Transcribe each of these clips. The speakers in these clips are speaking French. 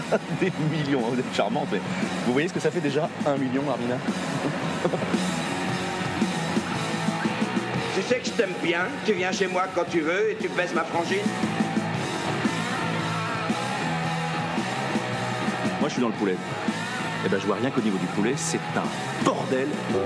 Des millions, vous êtes charmante, mais vous voyez ce que ça fait déjà 1 million, Armina? Tu sais que je t'aime bien, tu viens chez moi quand tu veux et tu baisses ma frangine. Moi, je suis dans le poulet. Eh ben, je vois rien qu'au niveau du poulet, c'est un bordel.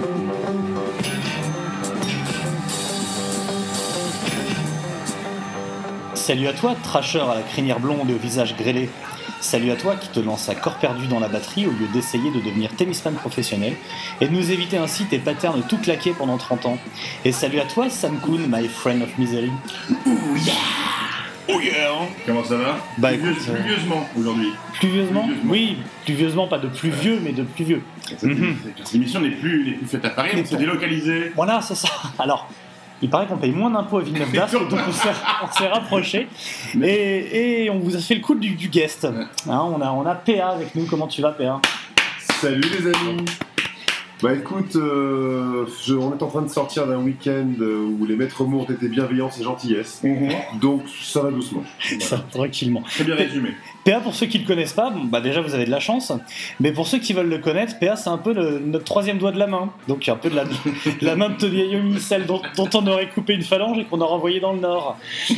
Salut à toi, trasher à la crinière blonde et au visage grêlé. Salut à toi qui te lance à corps perdu dans la batterie au lieu d'essayer de devenir tennisman professionnel et de nous éviter ainsi tes patterns tout claqués pendant 30 ans. Et salut à toi, Sam Kuhn, my friend of misery. Oh yeah. Comment ça va? Bah écoute, pluvieusement aujourd'hui. Pluvieusement? Oui, pluvieusement, pas de pluvieux, mais de pluvieux. Cette émission n'est plus faite à Paris, mais c'est délocalisé. Voilà, c'est ça. Alors, il paraît qu'on paye moins d'impôts à Villeneuve-d'Ascq, donc on s'est rapprochés. Et on vous a fait le coup du guest. Hein, on a PA avec nous. Comment tu vas, PA? Salut les amis. Bah écoute, on est en train de sortir d'un week-end où les maîtres mots ont été bienveillance et gentillesse. Donc ça va doucement. Ça va tranquillement. Très bien résumé. PA, pour ceux qui ne le connaissent pas, bon, bah déjà vous avez de la chance, mais pour ceux qui veulent le connaître, PA c'est un peu notre troisième doigt de la main, donc un peu de la main de Toyomi, celle dont on aurait coupé une phalange et qu'on aurait envoyé dans le nord.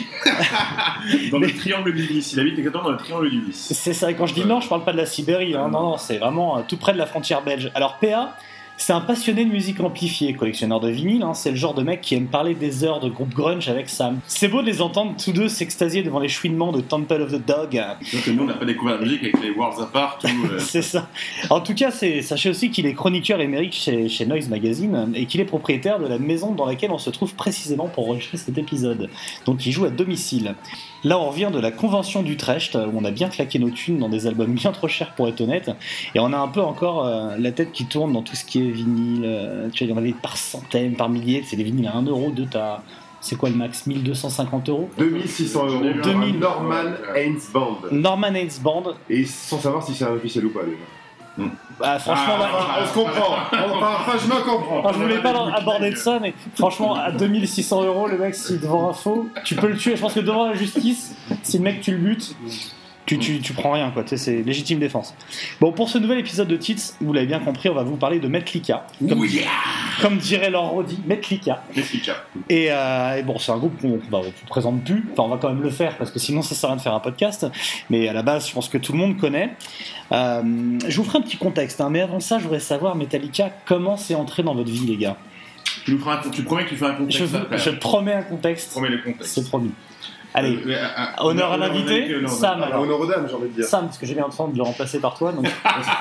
Dans le triangle du Lys, il habite exactement dans le triangle du Lys. C'est ça, et quand je dis nord, je parle pas de la Sibérie, hein, non, c'est vraiment tout près de la frontière belge. Alors PA, c'est un passionné de musique amplifiée, collectionneur de vinyle, hein, c'est le genre de mec qui aime parler des heures de groupe grunge avec Sam. C'est beau de les entendre tous deux s'extasier devant les chouinements de Temple of the Dog. C'est sûr que nous on n'a pas découvert la musique avec les Worlds Apart ou... C'est ça. En tout cas, sachez aussi qu'il est chroniqueur émérite chez Noise Magazine et qu'il est propriétaire de la maison dans laquelle on se trouve précisément pour enregistrer cet épisode. Donc il joue à domicile. Là, on revient de la convention d'Utrecht où on a bien claqué nos thunes dans des albums bien trop chers pour être honnête. Et on a un peu encore la tête qui tourne dans tout ce qui est vinyle. Tu vois, il y en avait par centaines, par milliers. C'est des vinyles à 1 euro, c'est quoi le max? 1250 euros? 2600 euros. 2000. Norman Haynes Band. Norman Haynes Band. Et sans savoir si c'est un officiel ou pas déjà. Bah, franchement, on se comprend. Enfin, je me comprends. Je voulais pas aborder de ça, mais franchement, à 2600 euros, le mec, s'il te vend un faux, tu peux le tuer. Je pense que devant la justice, si le mec tu le butes, tu prends rien, quoi. Tu sais, c'est légitime défense. Bon, pour ce nouvel épisode de Tits, vous l'avez bien compris, on va vous parler de Metallica. Comme dirait Laurent Rodi, Metallica. Et bon, c'est un groupe qu'on vous présente plus. Enfin, on va quand même le faire parce que sinon, ça sert à rien de faire un podcast. Mais à la base, je pense que tout le monde connaît. Je vous ferai un petit contexte, hein, mais avant ça, je voudrais savoir, Metallica, comment c'est entré dans votre vie, les gars? Tu promets que tu fais un contexte? Je promets un contexte. Promets le contexte. C'est promis. Allez, honneur à l'invité, Sam. Alors. Honneur aux dames, j'ai envie de dire. Sam, parce que j'ai bien entendu de le remplacer par toi. Donc...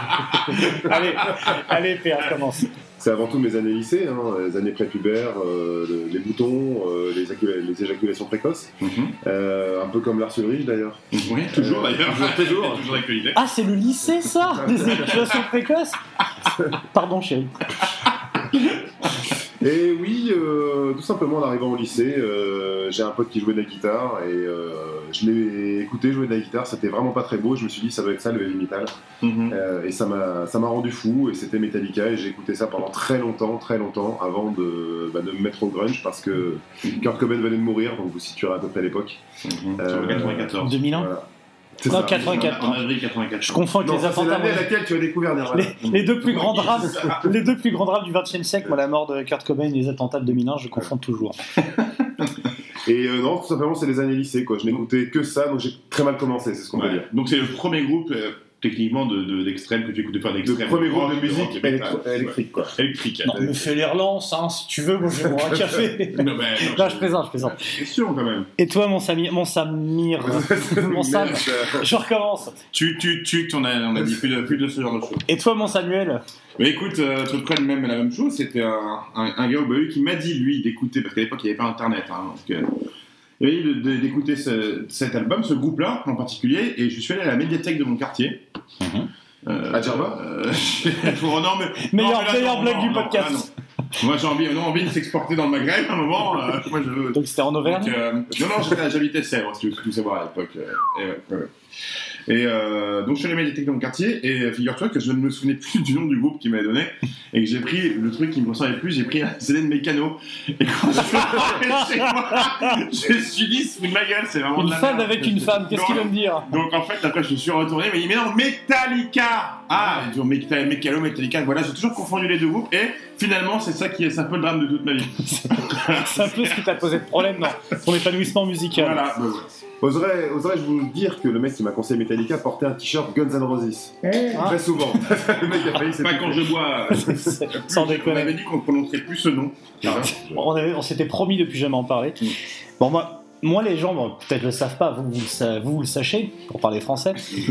allez, PA, commence. C'est avant tout mes années lycée, hein, les années prépubères, les boutons, les éjaculations précoces. Un peu comme Lars Ulrich d'ailleurs. Oui, toujours d'ailleurs. Toujours d'actualité. Ah, c'est le lycée ça? Les éjaculations précoces? Pardon, chérie. Et oui, tout simplement en arrivant au lycée, j'ai un pote qui jouait de la guitare et je l'ai écouté jouer de la guitare, c'était vraiment pas très beau, je me suis dit ça doit être ça le heavy metal. Et ça m'a rendu fou et c'était Metallica et j'ai écouté ça pendant très longtemps avant de me mettre au grunge parce que Kurt Cobain venait de mourir, donc vous situerez à peu près l'époque. 94. 2001 voilà. Non, 84. En avril 84. Je confonds avec les attentats. C'est l'année à laquelle tu as découvert Nirvana. Les deux plus grands drames du XXe siècle, moi, la mort de Kurt Cobain et les attentats de 2001, je confonds toujours. Et non, tout simplement, c'est les années lycée, quoi. Je n'écoutais que ça, donc j'ai très mal commencé, c'est ce qu'on peut dire. Donc c'est le premier groupe techniquement d'extrême que tu écoutais, enfin d'extrême. Le premier groupe de musique électrique, quoi. Électrique. Non, me fais les relances, hein, si tu veux, moi je vais boire un café. Non, je plaisante. Question quand même. Et toi, mon Sam, je recommence. On a dit plus de ce genre de choses. Et toi, mon Samuel? Mais écoute, à peu près la même chose. C'était un gars au bahut qui m'a dit, lui, d'écouter, parce qu'à l'époque, il n'y avait pas Internet. Hein, donc, il m'a dit d'écouter cet album, ce groupe-là en particulier, et je suis allé à la médiathèque de mon quartier. À Djerba Meilleure blague du podcast. Moi, on a envie de s'exporter dans le Maghreb à un moment. Moi, Donc c'était en Auvergne. Non, j'habitais Sèvres, si tu veux savoir à l'époque. Et donc je suis allé à la médiathèque dans mon quartier et figure-toi que je ne me souvenais plus du nom du groupe qu'il m'avait donné et que j'ai pris le truc qui me ressemblait le plus, j'ai pris un CD de Mécano et quand je suis rentré chez moi, je me suis dit c'est ma gueule, c'est vraiment une de la femme merde. avec une femme, qu'est-ce qu'il va me dire? Donc en fait après je me suis retourné, mais il dit mais non, Metallica. Mécano, Metallica, voilà, j'ai toujours confondu les deux groupes et finalement c'est un peu le drame de toute ma vie. C'est un peu ce qui t'a posé de problème dans ton épanouissement musical. Voilà. Oserais-je vous dire que le mec qui m'a conseillé Metallica portait un t-shirt Guns N' Roses très souvent. Le mec a failli Pas quand je bois. Sans On déconner. avait dit qu'on ne prononcerait plus ce nom. On s'était promis depuis jamais en parler. Bon, moi, les gens, peut-être le savent pas, vous le sachez, pour parler français.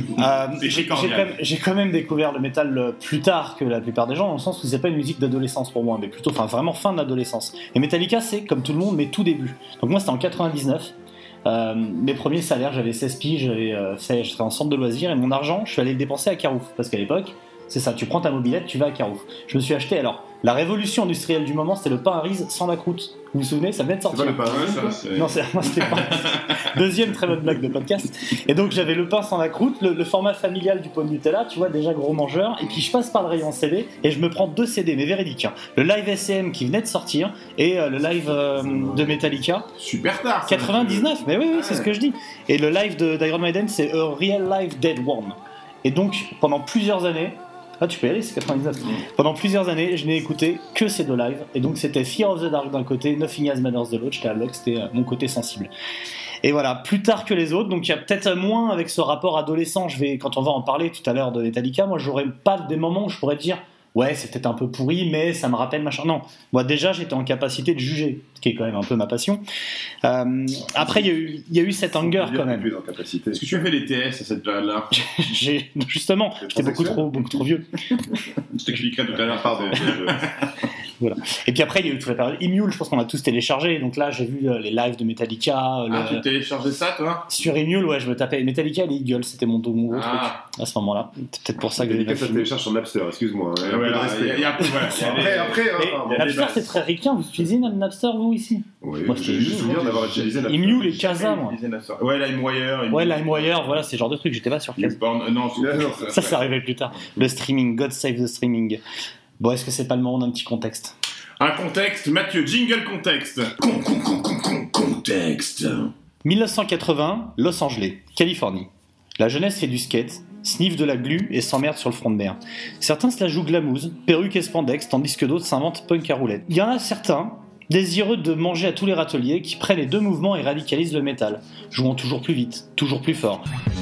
J'ai quand même découvert le métal plus tard que la plupart des gens, dans le sens où c'est pas une musique d'adolescence pour moi, mais plutôt, vraiment fin de l'adolescence. Et Metallica, c'est, comme tout le monde, mes tout débuts. Donc moi, c'était en 99. Mes premiers salaires, j'avais 16 piges, j'étais en centre de loisirs, et mon argent, je suis allé le dépenser à Carouf, parce qu'à l'époque, c'est ça, tu prends ta mobilette, tu vas à Carouf. Je me suis acheté, la révolution industrielle du moment, c'était le pain à riz sans la croûte. Vous vous souvenez, ça venait de sortir. C'est pas le pain, Non, c'était pas. Deuxième très bonne blague de podcast. Et donc j'avais le pain sans la croûte, le format familial du pot de Nutella, tu vois, déjà gros mangeur. Et puis je passe par le rayon CD et je me prends 2 CD, mais véridiques. Le live SM qui venait de sortir et le live de Metallica. Super tard. 99, mais oui, c'est ce que je dis. Et le live d'Iron Maiden, c'est A Real Live Dead Worm. Et donc pendant plusieurs années. Ah, tu peux y aller, c'est 99. Pendant plusieurs années, je n'ai écouté que ces 2 lives. Et donc, c'était Fear of the Dark d'un côté, Nothing Else Matters de l'autre. J'étais à bloc, c'était mon côté sensible. Et voilà, plus tard que les autres. Donc, il y a peut-être moins avec ce rapport adolescent. Quand on va en parler tout à l'heure de Metallica, moi, j'aurais pas des moments où je pourrais dire ouais, c'est peut-être un peu pourri, mais ça me rappelle machin. Non, moi, déjà, j'étais en capacité de juger, ce qui est quand même un peu ma passion. Après, il y a eu cet anger quand même. Est-ce que tu as fait les TS à cette période-là? Justement, j'étais beaucoup trop vieux. Je t'expliquerai tout à l'heure. Pardon. Voilà. Et puis après, il y a eu toute la période Emule, je pense qu'on a tous téléchargé. Donc là, j'ai vu les lives de Metallica. Tu téléchargeais ça, toi? Sur Emule, ouais, je me tapais Metallica et les Eagles, c'était mon gros truc à ce moment-là. C'est peut-être pour ça que j'ai Metallica, ça télécharge sur Napster, excuse-moi. Napster, c'est très ricain. Vous utilisez Napster, vous, ici? Oui, j'ai juste souvenir d'avoir utilisé Napster. Emule et Casa, moi. Ouais, LimeWire. Ouais, LimeWire, voilà, c'est le genre de truc. J'étais pas sur Casa. Non, ça arrivait plus tard. Le streaming, God save the streaming. Bon, est-ce que c'est pas le moment d'un petit contexte? Un contexte, Mathieu, jingle contexte. Contexte. 1980, Los Angeles, Californie. La jeunesse fait du skate, sniffe de la glu et s'emmerde sur le front de mer. Certains se la jouent glamouze, perruque et spandex, tandis que d'autres s'inventent punk à roulette. Il y en a certains, désireux de manger à tous les râteliers, qui prennent les 2 mouvements et radicalisent le métal, jouant toujours plus vite, toujours plus fort.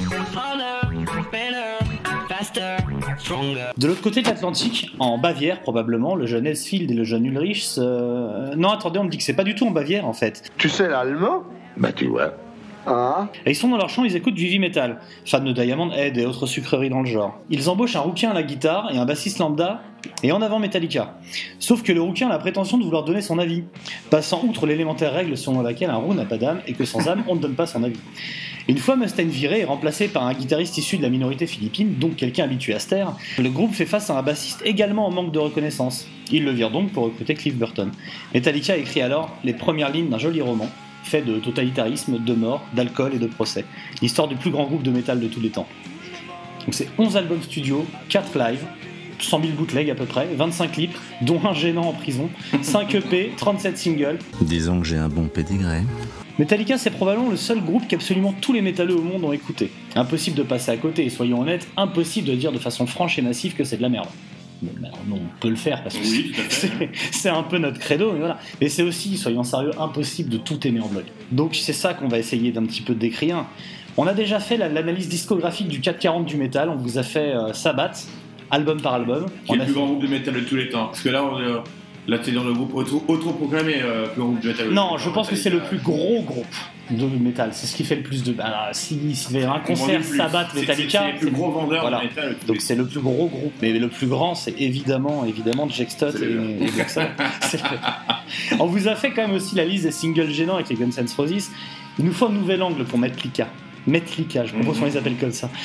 De l'autre côté de l'Atlantique, en Bavière probablement, le jeune Hesfield et le jeune Ulrich Non, attendez, on me dit que c'est pas du tout en Bavière en fait. Tu sais l'allemand? Bah tu vois. Ah. Et ils sont dans leur champ, ils écoutent du heavy metal, fans de Diamond Head et autres sucreries dans le genre. Ils embauchent un rouquin à la guitare et un bassiste lambda, et en avant Metallica. Sauf que le rouquin a la prétention de vouloir donner son avis, passant outre l'élémentaire règle selon laquelle un roux n'a pas d'âme et que sans âme on ne donne pas son avis. Une fois Mustaine viré et remplacé par un guitariste issu de la minorité philippine, donc quelqu'un habitué à se taire, le groupe fait face à un bassiste également en manque de reconnaissance. Il le vire donc pour recruter Cliff Burton. Metallica écrit alors les premières lignes d'un joli roman, fait de totalitarisme, de mort, d'alcool et de procès. L'histoire du plus grand groupe de métal de tous les temps. Donc c'est 11 albums studio, 4 lives, 100 000 bootlegs à peu près, 25 clips, dont un gênant en prison, 5 EP, 37 singles. Disons que j'ai un bon pédigré. Metallica, c'est probablement le seul groupe qu'absolument tous les métalleux au monde ont écouté. Impossible de passer à côté, et soyons honnêtes, impossible de dire de façon franche et massive que c'est de la merde. Non, on peut le faire parce que c'est un peu notre credo, mais voilà. Mais c'est aussi, soyons sérieux, impossible de tout aimer en bloc. Donc c'est ça qu'on va essayer d'un petit peu décrire. On a déjà fait l'analyse discographique du 440 du métal, on vous a fait Sabbath, album par album. Qui est le plus grand groupe de métal de tous les temps. Parce que là t'es dans le groupe autoproclamé plus grand groupe de métal. Non, je pense que c'est le plus gros groupe de métal, c'est ce qui fait le plus de. S'il y avait un concert Sabbath Metallica, c'est le plus gros vendeur voilà. de métal. Donc c'est le plus gros groupe, mais le plus grand, c'est évidemment Jack Stott et Jackson. On vous a fait quand même aussi la liste des singles gênants avec les Guns N' Roses. Il nous faut un nouvel angle pour Metallica. Je propose qu'on les appelle comme ça.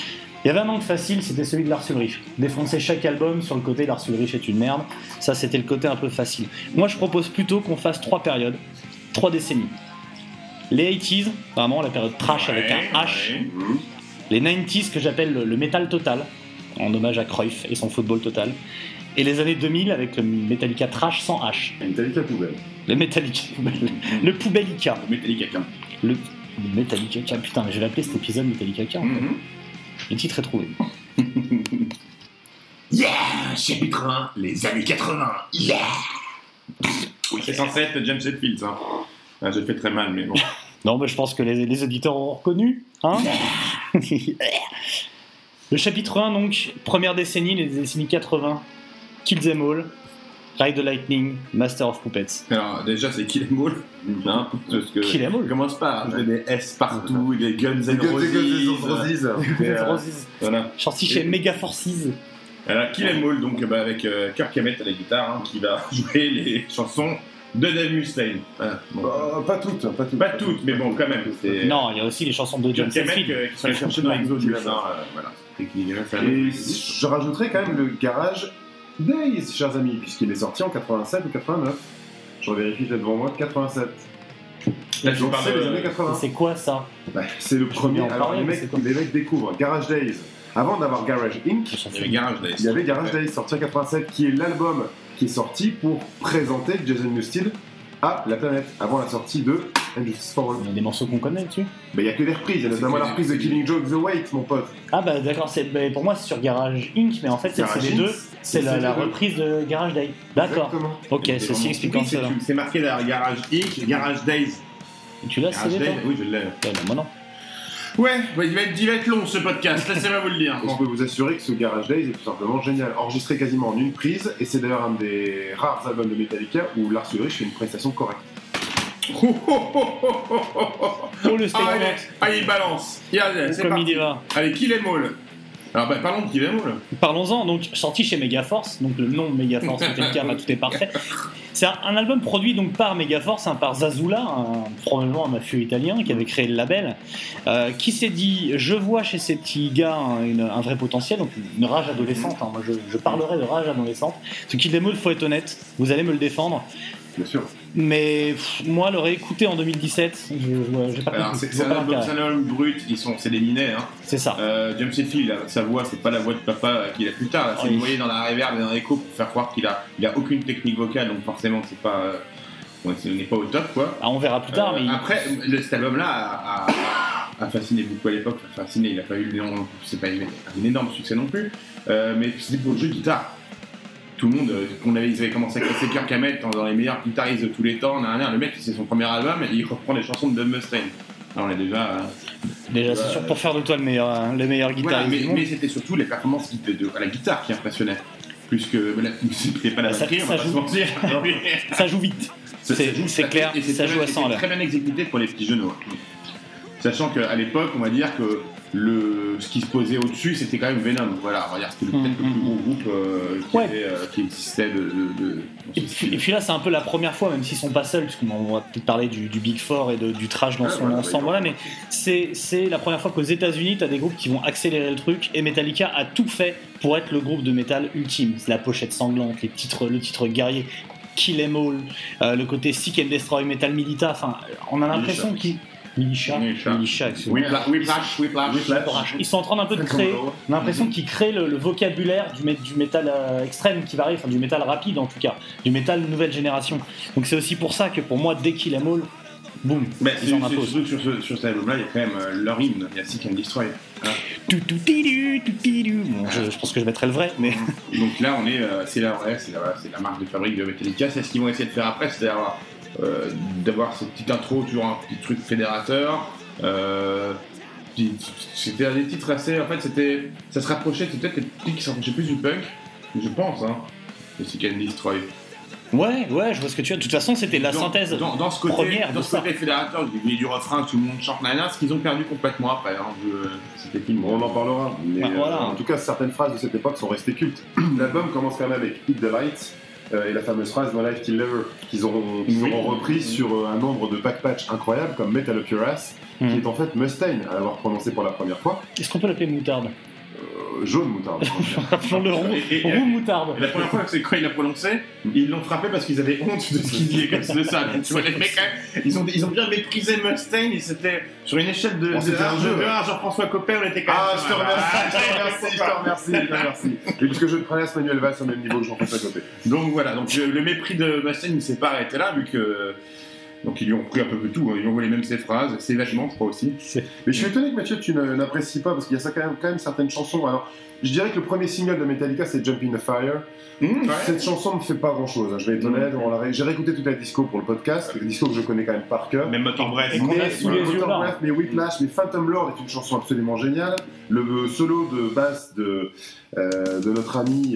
Il y avait un angle facile, c'était celui de Lars Ulrich. Défoncer chaque album sur le côté Lars Ulrich est une merde. Ça, c'était le côté un peu facile. Moi, je propose plutôt qu'on fasse 3 périodes, 3 décennies. Les 80s, vraiment la période trash avec un H. Les 90s que j'appelle le métal total, en hommage à Cruyff et son football total. Et les années 2000 avec le Metallica trash sans H. Metallica poubelle. Le Metallica poubelle. Le Poubellica. Le Metallica. Le Metallica. Putain, mais je vais l'appeler cet épisode Metallica. En fait. Le titre est trouvé. Yeah, chapitre 1, les années 80. Yeah. C'est censé être James Hetfield, hein. Ah, je le fais très mal, mais bon. Non, mais je pense que les auditeurs ont reconnu. Hein. Le chapitre 1, donc, première décennie, les décennies 80. Kill Them All, Ride the Lightning, Master of Puppets. Alors, déjà, c'est Kill Them All. Hein, parce que Kill Them All. Commence pas à ajouter des S partout, des Guns N' Roses. Voilà. Sorti chez Mega Forces. Alors, Kill Them All, donc, avec Kirk Hammett à la guitare, hein, qui va jouer les chansons de Dave Mustaine. Ah, bon. Pas toutes, mais bon, quand même. Non, il y a aussi les chansons de John Kirk Hammett qui sont allés chercher dans Exodus. Voilà. Et je rajouterais quand même le Garage Days, chers amis, puisqu'il est sorti en 87 ou 89. Je vérifie peut-être devant moi, 87. Là, tu Donc parles c'est les années 80. C'est quoi ça? C'est le premier. Alors les mecs découvrent Garage Days. Avant d'avoir Garage Inc., il y avait Garage Days. Il y avait Garage Days sorti en 87, qui est l'album qui est sorti pour présenter Jason Newsted à la planète, avant la sortie de And Justice for All. Il y a des morceaux qu'on connaît dessus. Il y a que des reprises, il y a notamment la reprise de Killing Joke The Wait, mon pote. Ah bah d'accord, pour moi c'est sur Garage Inc, mais en fait c'est les deux, c'est la reprise de Garage Day. D'accord. Exactement. Ok, ceci expliquant cela. C'est marqué là, Garage Inc, Garage Days. Tu l'as, c'est toi? Oui, je l'ai. Bah, moi non. Ouais, il va être long ce podcast, laissez-moi vous le dire. Je peux vous assurer que ce Garage Days est tout simplement génial, enregistré quasiment en une prise, et c'est d'ailleurs un des rares albums de Metallica où Lars Ulrich fait une prestation correcte. Oh le statement. Allez, il balance. C'est comme parti. il va. Allez, Kill Them All. Alors parlons de Kill Them All. Parlons-en, donc sorti chez Megaforce, donc le nom Megaforce Metallica, tout est parfait. C'est un album produit donc par Megaforce, par Zazula, probablement un mafieux italien qui avait créé le label, qui s'est dit je vois chez ces petits gars un vrai potentiel, donc une rage adolescente. Moi je parlerai de rage adolescente. Ce Kill Them All, faut être honnête, vous allez me le défendre. Bien sûr. Mais moi, le réécouter en 2017, j'ai pas compris. C'est un album brut, c'est des minets. Hein. C'est ça. James Hetfield, sa voix, c'est pas la voix de papa qu'il a plus tard. Là. Si vous voyez dans la reverb et dans l'écho pour faire croire qu'il a aucune technique vocale, donc forcément, c'est pas, on n'est pas au top, quoi. Ah, on verra plus tard. Mais après, cet album-là a fasciné beaucoup à l'époque. Fasciné, il a pas eu c'est pas un énorme succès non plus, mais c'était pour le jeu de guitare. Tout le monde, ils avaient commencé à casser Kirk Hammett dans les meilleurs guitaristes de tous les temps. Le mec, c'est son premier album et il reprend les chansons de Dave Mustaine. Alors, on est déjà. C'est sûr pour faire de toi le meilleur guitariste. Voilà, mais c'était surtout les performances à la guitare qui impressionnaient. Plus que. C'était pas la batterie, on va pas se mentir. Ça joue vite. C'est clair, et ça joue à 100 à l'heure. Très bien exécuté pour les petits genoux. Sachant qu'à l'époque, on va dire que ce qui se posait au-dessus, c'était quand même Venom. Voilà, on va dire que c'était peut-être le plus gros groupe qui existait et puis là, c'est un peu la première fois, même s'ils sont pas seuls, parce qu'on va peut-être parler du Big Four et du trash dans son ensemble. Voilà, mais c'est la première fois qu'aux États-Unis, t'as des groupes qui vont accélérer le truc, et Metallica a tout fait pour être le groupe de métal ultime. C'est la pochette sanglante, le titre guerrier. Kill Em All, le côté Seek and Destroy, Metal Milita, enfin, on a l'impression qu'ils... Militia, Whiplash. Ils sont en train d'un peu de créer, on a l'impression qu'ils créent le vocabulaire du métal extrême qui va arriver, enfin du métal rapide en tout cas, du métal nouvelle génération. Donc c'est aussi pour ça que pour moi, dès Kill Em All, boum, ils en imposent. Sur cet album-là, il y a quand même leur hymne, il y a Seek and Destroy. Bon, je pense que je mettrai le vrai, mais... Donc là, c'est la marque de fabrique de Metallica, c'est ce qu'ils vont essayer de faire après, c'est d'avoir cette petite intro, toujours un petit truc fédérateur. C'était des titres assez. En fait, ça se rapprochait, c'était peut-être les titres qui se rapprochaient plus du punk, je pense, de Seek and Destroy. Ouais, je vois ce que tu as. De toute façon, c'était la synthèse dans ce côté, première dans ce côté fédérateur, du refrain, tout le monde chante ce qu'ils ont perdu complètement après. C'était film. On en parlera. Mais voilà. En tout cas, certaines phrases de cette époque sont restées cultes. L'album commence quand même avec Hit the Lights. Et la fameuse phrase No Life Till Never qu'ils auront repris sur un nombre de backpatch incroyables comme Metal Up Your Ass, qui est en fait Mustaine à l'avoir prononcé pour la première fois. Est-ce qu'on peut l'appeler moutarde? jaune moutarde. Appelons-le roux moutarde. Et la première fois, c'est quand il l'a prononcé, ils l'ont frappé parce qu'ils avaient honte de ce qu'il disait comme ça. Donc, tu vois, les mecs, ils ont bien méprisé Mustaine, et c'était sur une échelle de C'était un jeu. Jean-François Copper, on était quand même. Ah, je te remercie. Et puisque je prenais Manuel Valls au même niveau que Jean-François Copé. Donc voilà, donc le mépris de Mustaine, il ne s'est pas arrêté là, vu que. Donc ils lui ont pris un peu de tout, ils lui ont volé même ses phrases, ses vêtements, je crois aussi. Mais je suis étonné que Mathieu, tu n'apprécies pas, parce qu'il y a ça quand même certaines chansons. Alors, je dirais que le premier single de Metallica, c'est Jump in the Fire. Ouais. Cette chanson ne me fait pas grand chose, je vais être honnête. J'ai réécouté toute la disco pour le podcast, le disco que je connais quand même par cœur. Même Motor Breath. Et qu'on a sous les yeux là. Mais Whiplash, mais Phantom Lord est une chanson absolument géniale. Le solo de basse de notre ami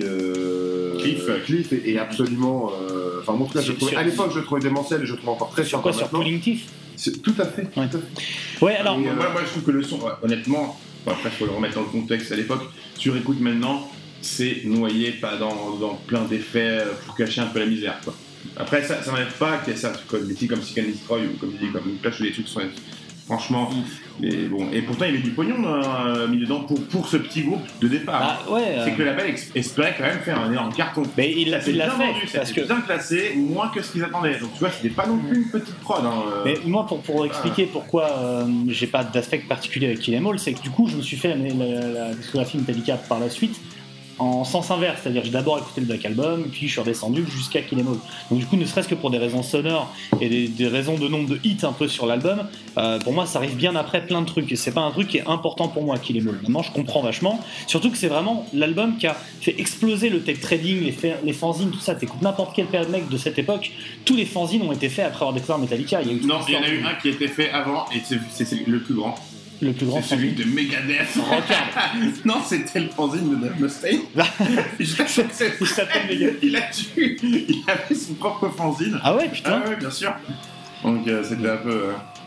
Cliff est absolument. Enfin, en tout cas, à l'époque, je le trouvais démentiel et je le trouve encore très sur quoi, sur Pulling Teeth? Tout à fait. Ouais, alors. Moi, je trouve que le son, honnêtement, après, il faut le remettre dans le contexte à l'époque. Tu réécoutes maintenant, c'est noyé pas dans plein d'effets pour cacher un peu la misère, quoi. Après, ça n'enlève pas qu'il y a ça, des titres comme Seek and Destroy ou comme Clash, où les trucs sont franchement. Mais bon, et pourtant il y avait du pognon mis dedans pour ce petit groupe de départ. Ah, ouais, c'est que le label espérait quand même faire un énorme carton. Mais il l'a fait vendu, parce que bien classé, moins que ce qu'ils attendaient. Donc tu vois, c'était pas non plus une petite prod. Mais moi, pour expliquer pourquoi j'ai pas d'aspect particulier avec Kill 'Em All, c'est que du coup, je me suis fait la discographie Metallica par la suite en sens inverse, c'est-à-dire que j'ai d'abord écouté le Black Album, puis je suis redescendu jusqu'à Kill 'Em All. Donc du coup, ne serait-ce que pour des raisons sonores et des raisons de nombre de hits un peu sur l'album, pour moi ça arrive bien après plein de trucs, et c'est pas un truc qui est important pour moi, Kill 'Em All. Maintenant je comprends vachement, surtout que c'est vraiment l'album qui a fait exploser le tape trading, les fanzines, tout ça. T'écoutes n'importe quel paire de mec de cette époque, tous les fanzines ont été faits après avoir découvert Metallica. Il y en a eu un qui a été fait avant, et c'est le plus grand. Le plus grand, c'est celui de Megadeth. Non, c'était le fanzine de Dave Mustaine. Il s'appelle Megadeth. Il avait son propre fanzine. Ah ouais, putain. Ah ouais, bien sûr. Donc c'était un peu.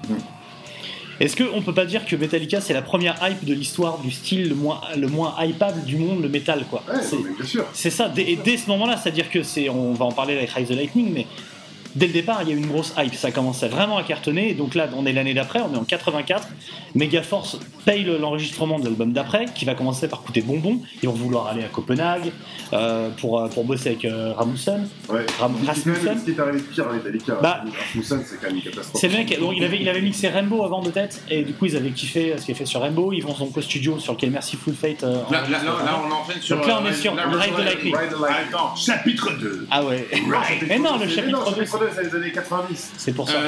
Est-ce qu'on peut pas dire que Metallica c'est la première hype de l'histoire du style le moins hypable du monde, le métal, quoi? Ouais, bien sûr. C'est ça, et dès ce moment-là, c'est-à-dire que on va en parler avec Rise the Lightning, mais dès le départ, il y a eu une grosse hype, ça commençait vraiment à cartonner, et donc là, on est l'année d'après, on est en 84, Megaforce paye l'enregistrement de l'album d'après, qui va commencer par coûter bonbon, ils vont vouloir aller à Copenhague pour bosser avec Rasmussen. Ouais. Rasmussen. Ce qui est arrivé de pire à Metallica, Rasmussen, c'est quand même une catastrophe. C'est le mec, donc, il avait mixé Rainbow avant de tête, et du coup ils avaient kiffé ce qu'il a fait sur Rainbow, ils vont au studio sur lequel Merciful Fate. Là, on enchaîne sur. Donc là, on est sur Ride the Lightning. Attends, chapitre 2. Ah ouais. Mais non, le chapitre 2. C'est les années 90. C'est pour ça.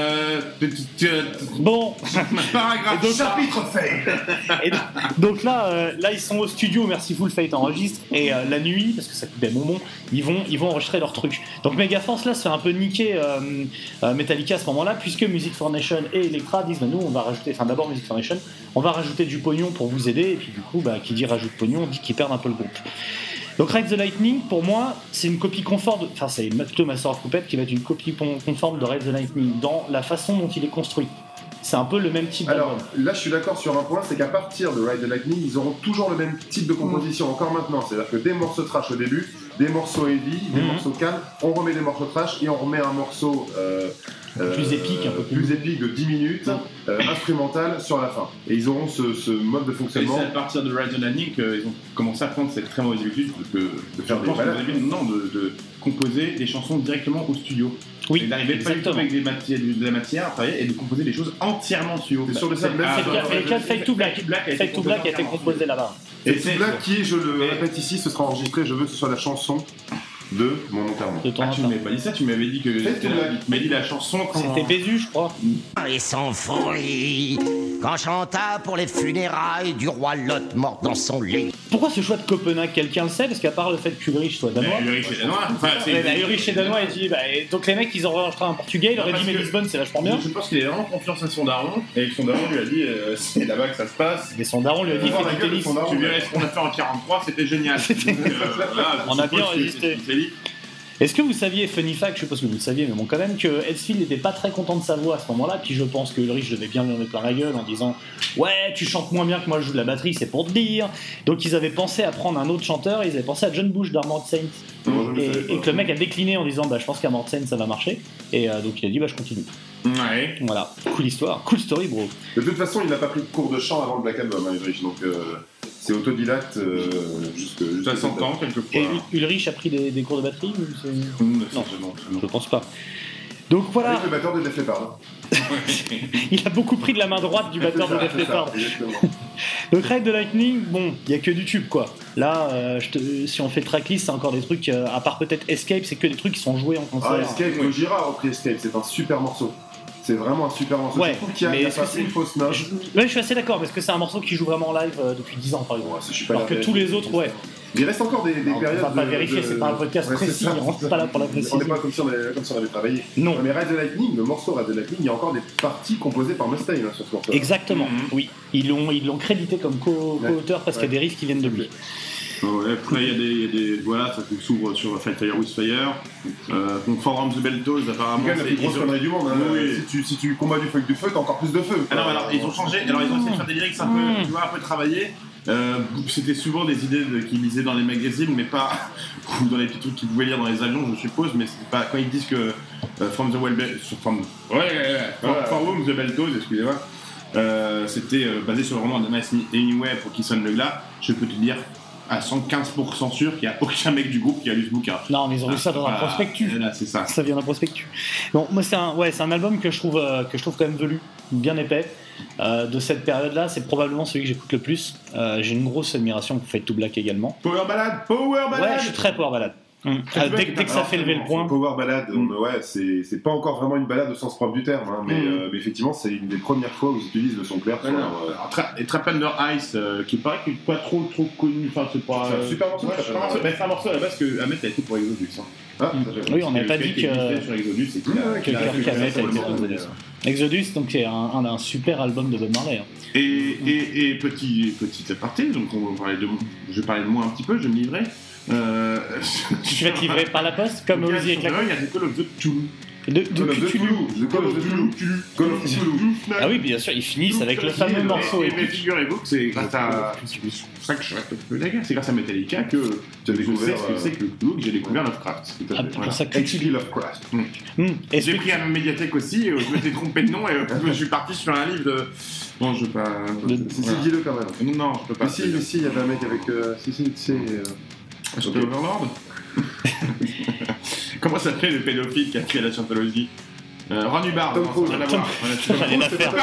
Bon. Paragraphe. Donc, chapitre fail. Et donc là, ils sont au studio, Merciful Fate enregistre, et la nuit, parce que ça coûte des bonbons, ils vont enregistrer leur truc. Donc Megaforce là se fait un peu niquer Metallica à ce moment-là, puisque Music for Nation et Elektra disent nous on va rajouter, enfin d'abord Music for Nation, on va rajouter du pognon pour vous aider, et puis du coup qui dit rajoute pognon dit qu'ils perdent un peu le groupe. Donc Ride the Lightning, pour moi, c'est une copie conforme, enfin c'est plutôt Master of Puppets qui va être une copie conforme de Ride the Lightning dans la façon dont il est construit. C'est un peu le même type d'album. Alors là, je suis d'accord sur un point, c'est qu'à partir de Ride the Lightning, ils auront toujours le même type de composition, encore maintenant. C'est-à-dire que des morceaux trash au début, des morceaux heavy, des morceaux calmes, on remet des morceaux trash et on remet un morceau plus épique, un peu plus épique de 10 minutes, instrumental sur la fin. Et ils auront ce mode de fonctionnement. Et c'est à partir de Ride the Lightning qu'ils ont commencé à prendre cette très mauvaise habitude de faire des balades. De composer des chansons directement au studio. Oui, et d'arriver pas du tout avec de la matière à travailler et de composer des choses entièrement au studio. C'est sur le set même. C'est le cas de Fake to Black. Fake to Black a été composé là-bas. Et Fake to Black qui, je le répète ici, ce sera enregistré, je veux que ce soit la chanson de mon enterrement. Tu m'avais pas dit ça, tu m'avais dit que tu m'avais dit la chanson quand... C'était Bézu, je crois. Et sans fruit, quand chanta pour les funérailles du roi Lot mort dans son lit. Pourquoi ce choix de Copenhague, quelqu'un le sait? Parce qu'à part le fait qu'Ulrich soit danois. Ulrich est danois. Ulrich est danois, et dit donc les mecs ils auraient enregistré en portugais, il aurait dit mais Lisbonne c'est vachement bien. Je pense qu'il a vraiment confiance à son daron, et que son daron lui a dit c'est là-bas que ça se passe. Mais son daron lui a dit fais du tennis. Tu verrais ce qu'on a fait en 43, c'était génial. On a bien résisté. Est-ce que vous saviez, funny fact, je suppose que vous le saviez, mais bon quand même, que Hetfield n'était pas très content de sa voix à ce moment-là, puis je pense que Ulrich devait bien lui en mettre plein la gueule en disant ouais tu chantes moins bien que moi je joue de la batterie, c'est pour te dire. Donc ils avaient pensé à prendre un autre chanteur, ils avaient pensé à John Bush d'Armored Saint, et que le mec a décliné en disant je pense qu'Armored Saint ça va marcher, et donc il a dit je continue. Ouais. Voilà, cool histoire, cool story bro. De toute façon il n'a pas pris de cours de chant avant le Black Album, Ulrich, donc c'est autodidacte jusque Ça s'entend quelquefois. Et Ulrich a pris des cours de batterie ou c'est... Non, je pense pas. Donc voilà. Avec le batteur de Def Leppard. Il a beaucoup pris de la main droite du batteur de Def Leppard. Donc Ride the Lightning, bon, il y a que du tube quoi. Là, si on fait tracklist, c'est encore des trucs, à part peut-être Escape, c'est que des trucs qui sont joués en concert. Escape, Gojira a repris Escape, c'est un super morceau. C'est vraiment un super morceau. Ouais, je trouve qu'il y a pas une fausse note. Je suis assez d'accord, parce que c'est un morceau qui joue vraiment en live depuis 10 ans par exemple. Ouais, alors que tous les autres, ouais. Il reste encore des périodes. On va pas vérifier, c'est pas un podcast précis, on n'est pas là pour la précision. On n'est pas comme si on avait travaillé. Non. Mais Ride the Lightning, le morceau Ride the Lightning, il y a encore des parties composées par Mustaine sur ce morceau. Exactement, oui. Ils l'ont crédité comme co-auteur parce qu'il y a des riffs qui viennent de lui. Ouais, après il y a des voilà, ça s'ouvre sur Fight Fire with Fire. Donc Forum the Beltos apparemment c'est la plus grosse connerie du monde. Hein. Oui. Si tu combats du feu avec du feu, t'as encore plus de feu. Ah non, alors ils ont changé, alors ils ont essayé de faire des lyrics un peu, tu vois, un peu travaillés. C'était souvent des idées qu'ils lisaient dans les magazines, mais pas ou dans les petits trucs qu'ils pouvaient lire dans les avions, je suppose. Mais c'est pas quand ils disent que From the Beltos, excusez-moi, c'était basé sur le roman de Mass Hemingway pour qui sonne le glas. Je peux te dire à 115% sûr qu'il n'y a aucun mec du groupe qui a lu ce bouquin. Non, mais ils ont lu ça dans un prospectus. Là, c'est ça. Ça vient d'un prospectus. Bon, moi, c'est un album que je trouve quand même velu, bien épais. De cette période-là, c'est probablement celui que j'écoute le plus. J'ai une grosse admiration pour Fade to Black également. Power Ballad. Ouais, je suis très Power Ballad. Dès que ça fait lever le point. Power Ballad, ouais, c'est pas encore vraiment une balade au sens propre du terme, hein, mais effectivement, c'est une des premières fois où ils utilisent le son clair. Et Trap Under Ice, qui paraît qu'il n'est pas trop connu. Enfin, c'est pas. C'est un super morceau. C'est un morceau à la base que Ahmet a été pour Exodus. Oui, on n'avait pas dit que sur Exodus, c'est Kirk Hammett a été pour Exodus. Exodus, donc c'est un super album de Bob Marley. Et petit aparté, donc je vais parler de moi un petit peu, je me livrais. Tu vas te livrer par la poste comme Ozzy et Clac. Il y a des Call of Cthulhu. De Cthulhu. Ah oui, bien sûr, ils finissent avec le fameux morceau. Et figurez-vous que c'est grâce à ça que je reste peu d'accord. C'est grâce à Metallica que je sais ce que c'est que le Cthulhu, que j'ai découvert Lovecraft. Pour ça que HP Lovecraft. J'ai pris à ma médiathèque aussi, je m'étais trompé de nom et je suis parti sur un livre de. Non, je veux pas. Si, dis-le quand même. Non, je peux pas. Si, il y avait un mec avec. C'était Overlord. Comment s'appelait le pédophile qui a tué la Scientologie Ron Hubbard. Tom Cruise. J'allais la faire.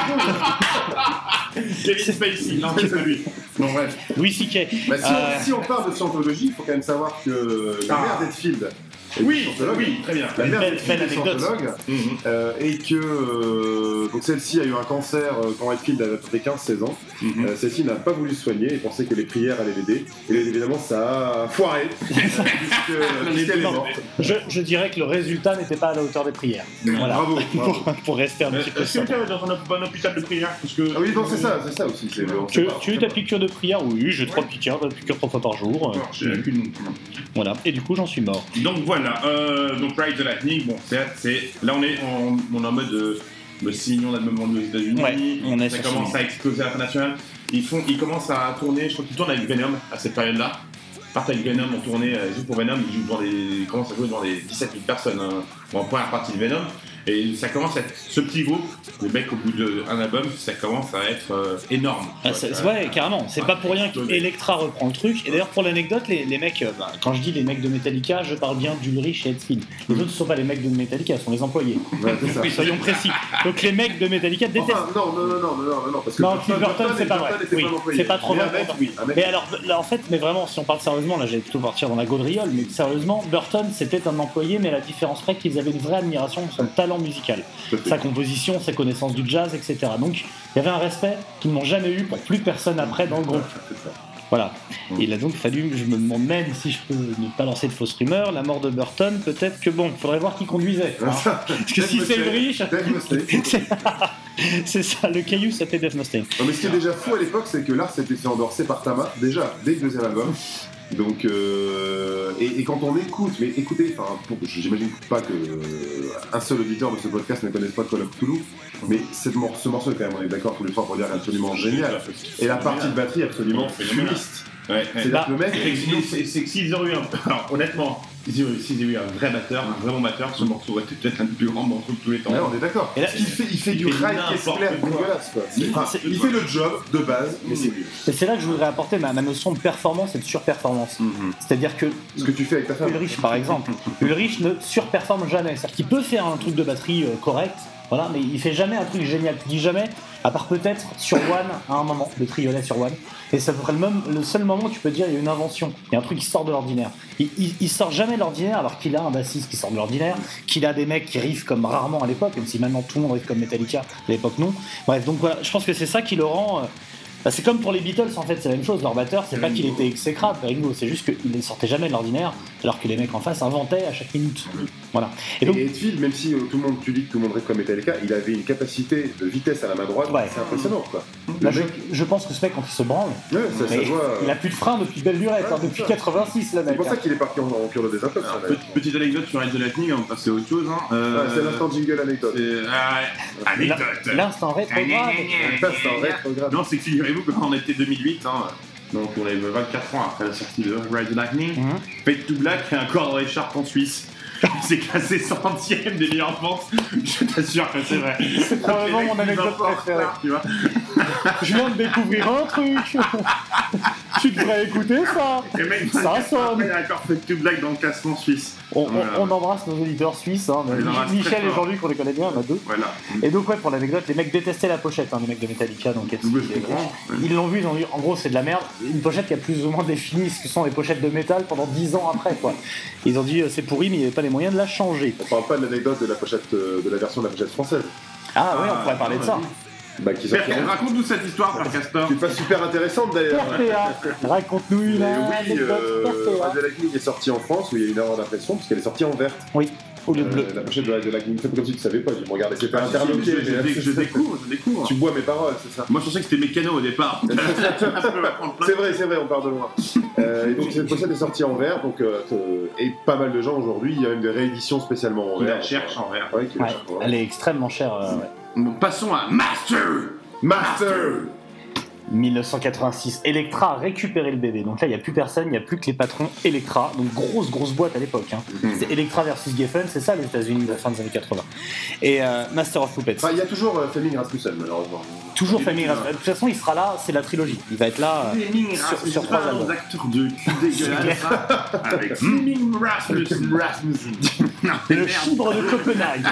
Kevin Spacey. Non, c'est pas lui. Bon, bref. Louis C.K. Si on parle de Scientologie, il faut quand même savoir que la mère d'Edfield. Oui, très bien. La mère d'Edfield est scientologue et que donc celle-ci a eu un cancer quand Edfield avait à peu près 15-16 ans. Celle-ci n'a pas voulu se soigner et pensait que les prières allaient l'aider. Et évidemment, ça a foiré puisqu'elle est morte. Je dirais que le résultat n'était pas à la hauteur des prières. Voilà. Bravo. Pour rester un petit peu simple. Est-ce que tu es dans un hôpital de prière Ah oui, non, c'est ça aussi. Tu as eu ta piqûre de prière? Oui, j'ai 3 piqûres 3 fois par jour. Voilà, et du coup, j'en suis mort. Donc voilà. Donc Ride the Lightning, bon, là on est en mode 6 millions d'albums vendus aux États-Unis. Ouais, ça commence à exploser à l'international. Ils commencent à tourner, je crois qu'ils tournent avec Venom à cette période-là. Ils partent avec Venom en tournée, ils jouent pour Venom, ils commencent à jouer devant des 17 000 personnes en première partie de Venom. Et ça commence à être ce petit groupe, les mecs au bout d'un album, ça commence à être énorme. Ouais, carrément. C'est pas pour rien qu'Electra reprend le truc. Et d'ailleurs, pour l'anecdote, les mecs, quand je dis les mecs de Metallica, je parle bien d'Ulrich et Hetfield. Les autres ne sont pas les mecs de Metallica, ce sont les employés. Ouais, c'est ça. Soyons précis. Donc les mecs de Metallica détestent. Non. Parce que Cliff Burton, c'est pas vrai. Oui, c'est pas trop vrai. Mais alors, là, en fait, mais vraiment, si on parle sérieusement, là, j'allais plutôt partir dans la gaudriole, mais sérieusement, Burton, c'était un employé, mais à la différence près qu'ils avaient une vraie admiration pour son talent musical, sa composition, sa connaissance du jazz, etc. Donc il y avait un respect qu'ils n'ont jamais eu pour plus personne après dans le groupe. Voilà. Et il a donc fallu, je me demande même si je peux ne pas lancer de fausses rumeurs, la mort de Burton, peut-être que bon, faudrait voir qui conduisait. Hein. Parce que si c'est Ulrich, c'est ça, le caillou c'était Dave Mustaine. Non, mais ce qui est déjà fou à l'époque, c'est que l'art s'était fait endorser par Tama, déjà, dès le deuxième album. Donc, et quand on écoute, mais écoutez, j'imagine pas que un seul auditeur de ce podcast ne connaisse pas Call of Cthulhu, mais ce morceau est quand même, on est d'accord tous les trois pour dire, absolument génial. Et la partie de batterie absolument fumiste. Ouais. C'est-à-dire que le mec. C'est que s'ils auraient eu alors, honnêtement, Ils ont eu un vrai batteur, un vrai bon batteur, ce morceau aurait été peut-être un des plus grands morceaux de tous les temps. Ouais, on est d'accord. Et là, Il fait du rail caisse claire dégueulasse, quoi. Il fait le job de base, mais c'est nul. Et c'est là que je voudrais apporter ma notion de performance et de surperformance. C'est-à-dire que Ce que tu fais avec ta femme. Ulrich, par exemple, Ulrich ne surperforme jamais. C'est-à-dire qu'il peut faire un truc de batterie correct, voilà, mais il fait jamais un truc génial. Tu dis jamais, à part peut-être sur One, à un moment, le triolet sur One. Et c'est à peu près le seul moment où tu peux dire il y a une invention, il y a un truc qui sort de l'ordinaire. Il sort jamais de l'ordinaire alors qu'il a un bassiste qui sort de l'ordinaire, qu'il a des mecs qui riffent comme rarement à l'époque, même si maintenant tout le monde riff comme Metallica, à l'époque non. Bref, donc voilà, je pense que c'est ça qui le rend... c'est comme pour les Beatles en fait, c'est la même chose, leur batteur, c'est pas qu'il était exécrable, Ringo, c'est juste qu'il ne sortait jamais de l'ordinaire, alors que les mecs en face inventaient à chaque minute. Voilà. Et Hetfield, même si tu dis que tout le monde riff comme Metallica, il avait une capacité de vitesse à la main droite, c'est impressionnant quoi. Là, je pense que ce mec quand il se branle, il a plus de frein depuis belle lurette, depuis 86 là mec. C'est pour ça qu'il est parti en cure de désintox. Petite anecdote sur Ride the Lightning, on va passer à autre chose. C'est l'instant jingle anecdote. Anecdote. L'instant rétrograde. Non, c'est que figurez-vous que quand on était 2008, donc on avait 24 ans après la sortie de Ride the Lightning, Fade to Black fait un corps dans les charts en Suisse. C'est classé 100e des meilleures ventes. Je t'assure que c'est vrai. C'est probablement mon anecdote préférée. Tu vois. Je viens de découvrir un truc. Tu devrais écouter ça. Ça sonne. Il y a encore Fade to Black dans le classement suisse. On embrasse nos auditeurs suisses. Michel et Jean-Luc, on les connaît bien, on a deux. Voilà. Et donc, pour l'anecdote, les mecs détestaient la pochette, les mecs de Metallica. Donc, ils l'ont vu, ils ont dit en gros, c'est de la merde. Une pochette qui a plus ou moins défini ce que sont les pochettes de métal pendant 10 ans après, quoi. Ils ont dit c'est pourri, mais il n'y avait pas les moyens de la changer. On parle pas de l'anecdote de la pochette, de la version de la pochette française. Ah oui, on pourrait parler de ça. Raconte-nous cette histoire, Père Castor. Qui n'est pas super intéressante d'ailleurs. Raconte-nous une anecdote. Ride the Lightning est sortie en France où il y a une erreur d'impression parce qu'elle est sortie en verte. Oui. Au lieu de bleu. La pochette de Ride the Lightning, c'est comme si tu savais pas. Je me regardais, c'était interloqué. Je découvre. Tu bois mes paroles, c'est ça. Moi je pensais que c'était mécano au départ. C'est vrai, on part de loin. Et donc cette pochette est sortie en vert, donc et pas mal de gens aujourd'hui, il y a même des rééditions spécialement en vert. Qui la cherchent en vert. Ouais, elle est extrêmement chère. Passons à Master 1986, Elektra a récupéré le bébé. Donc là, il n'y a plus personne, il n'y a plus que les patrons Elektra. Donc grosse boîte à l'époque. C'est Elektra versus Geffen, c'est ça les États-Unis de la fin des années 80. Et Master of Puppets. Il y a toujours Fleming Rasmussen, malheureusement. Toujours Fleming Rasmussen. De toute façon, il sera là, c'est la trilogie. Il va être là sur 3 albums. Acteurs de cul dégueulasse. Avec Fleming Rasmussen. Le chibre de Copenhague.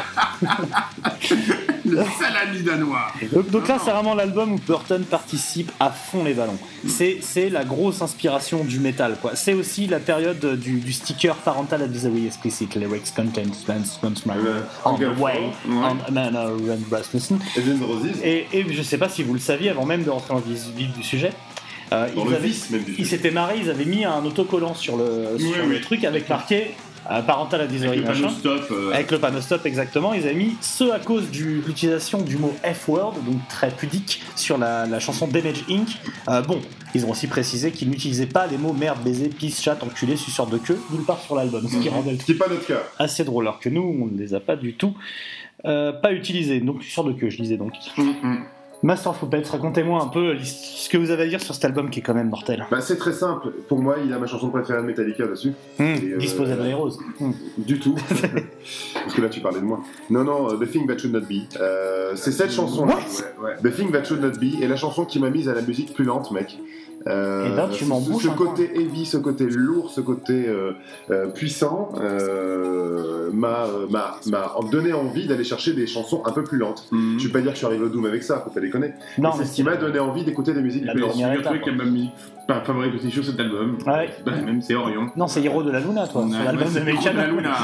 Le salami danois. Donc là, c'est vraiment l'album où Burton participe à fond les ballons. C'est la grosse inspiration du métal, quoi. C'est aussi la période du sticker Parental Advisory Explicit Lyrics Content on the way on Rasmussen. Et je sais pas si vous le saviez avant même de rentrer dans le vif du sujet. Ils s'étaient marrés, ils avaient mis un autocollant sur le truc avec marqué Parental Advisory avec le panneau stop exactement. Ils avaient mis ce à cause de l'utilisation du mot F-word, donc très pudique, sur la chanson Damage Inc. Ils ont aussi précisé qu'ils n'utilisaient pas les mots merde, baiser, pisse, chat, enculé, suceur de queue nulle part sur l'album, ce qui rendait le truc pas notre cas. Assez drôle, alors que nous on ne les a pas du tout pas utilisés. Donc suceur de queue, je disais donc. Master of Puppets, racontez-moi un peu ce que vous avez à dire sur cet album qui est quand même mortel. C'est très simple. Pour moi, il a ma chanson préférée de Metallica dessus. Disposable Heroes. Du tout. Parce que là, tu parlais de moi. Non, The Thing That Should Not Be. C'est cette chanson-là. The Thing That Should Not Be est la chanson qui m'a mise à la musique plus lente, mec. Tu m'en bouges. Ce côté heavy, ce côté lourd, ce côté puissant m'a donné envie d'aller chercher des chansons un peu plus lentes. Je vais pas dire que je suis arrivé au Doom avec ça, faut pas déconner. Non, mais c'est ce qui m'a donné envie d'écouter des musiques plus lentes. Le truc qui m'a mis favorite aussi sur cet album. Ouais. Même c'est Orion. Non, c'est Hero de la Luna, toi. C'est l'album de Metallica.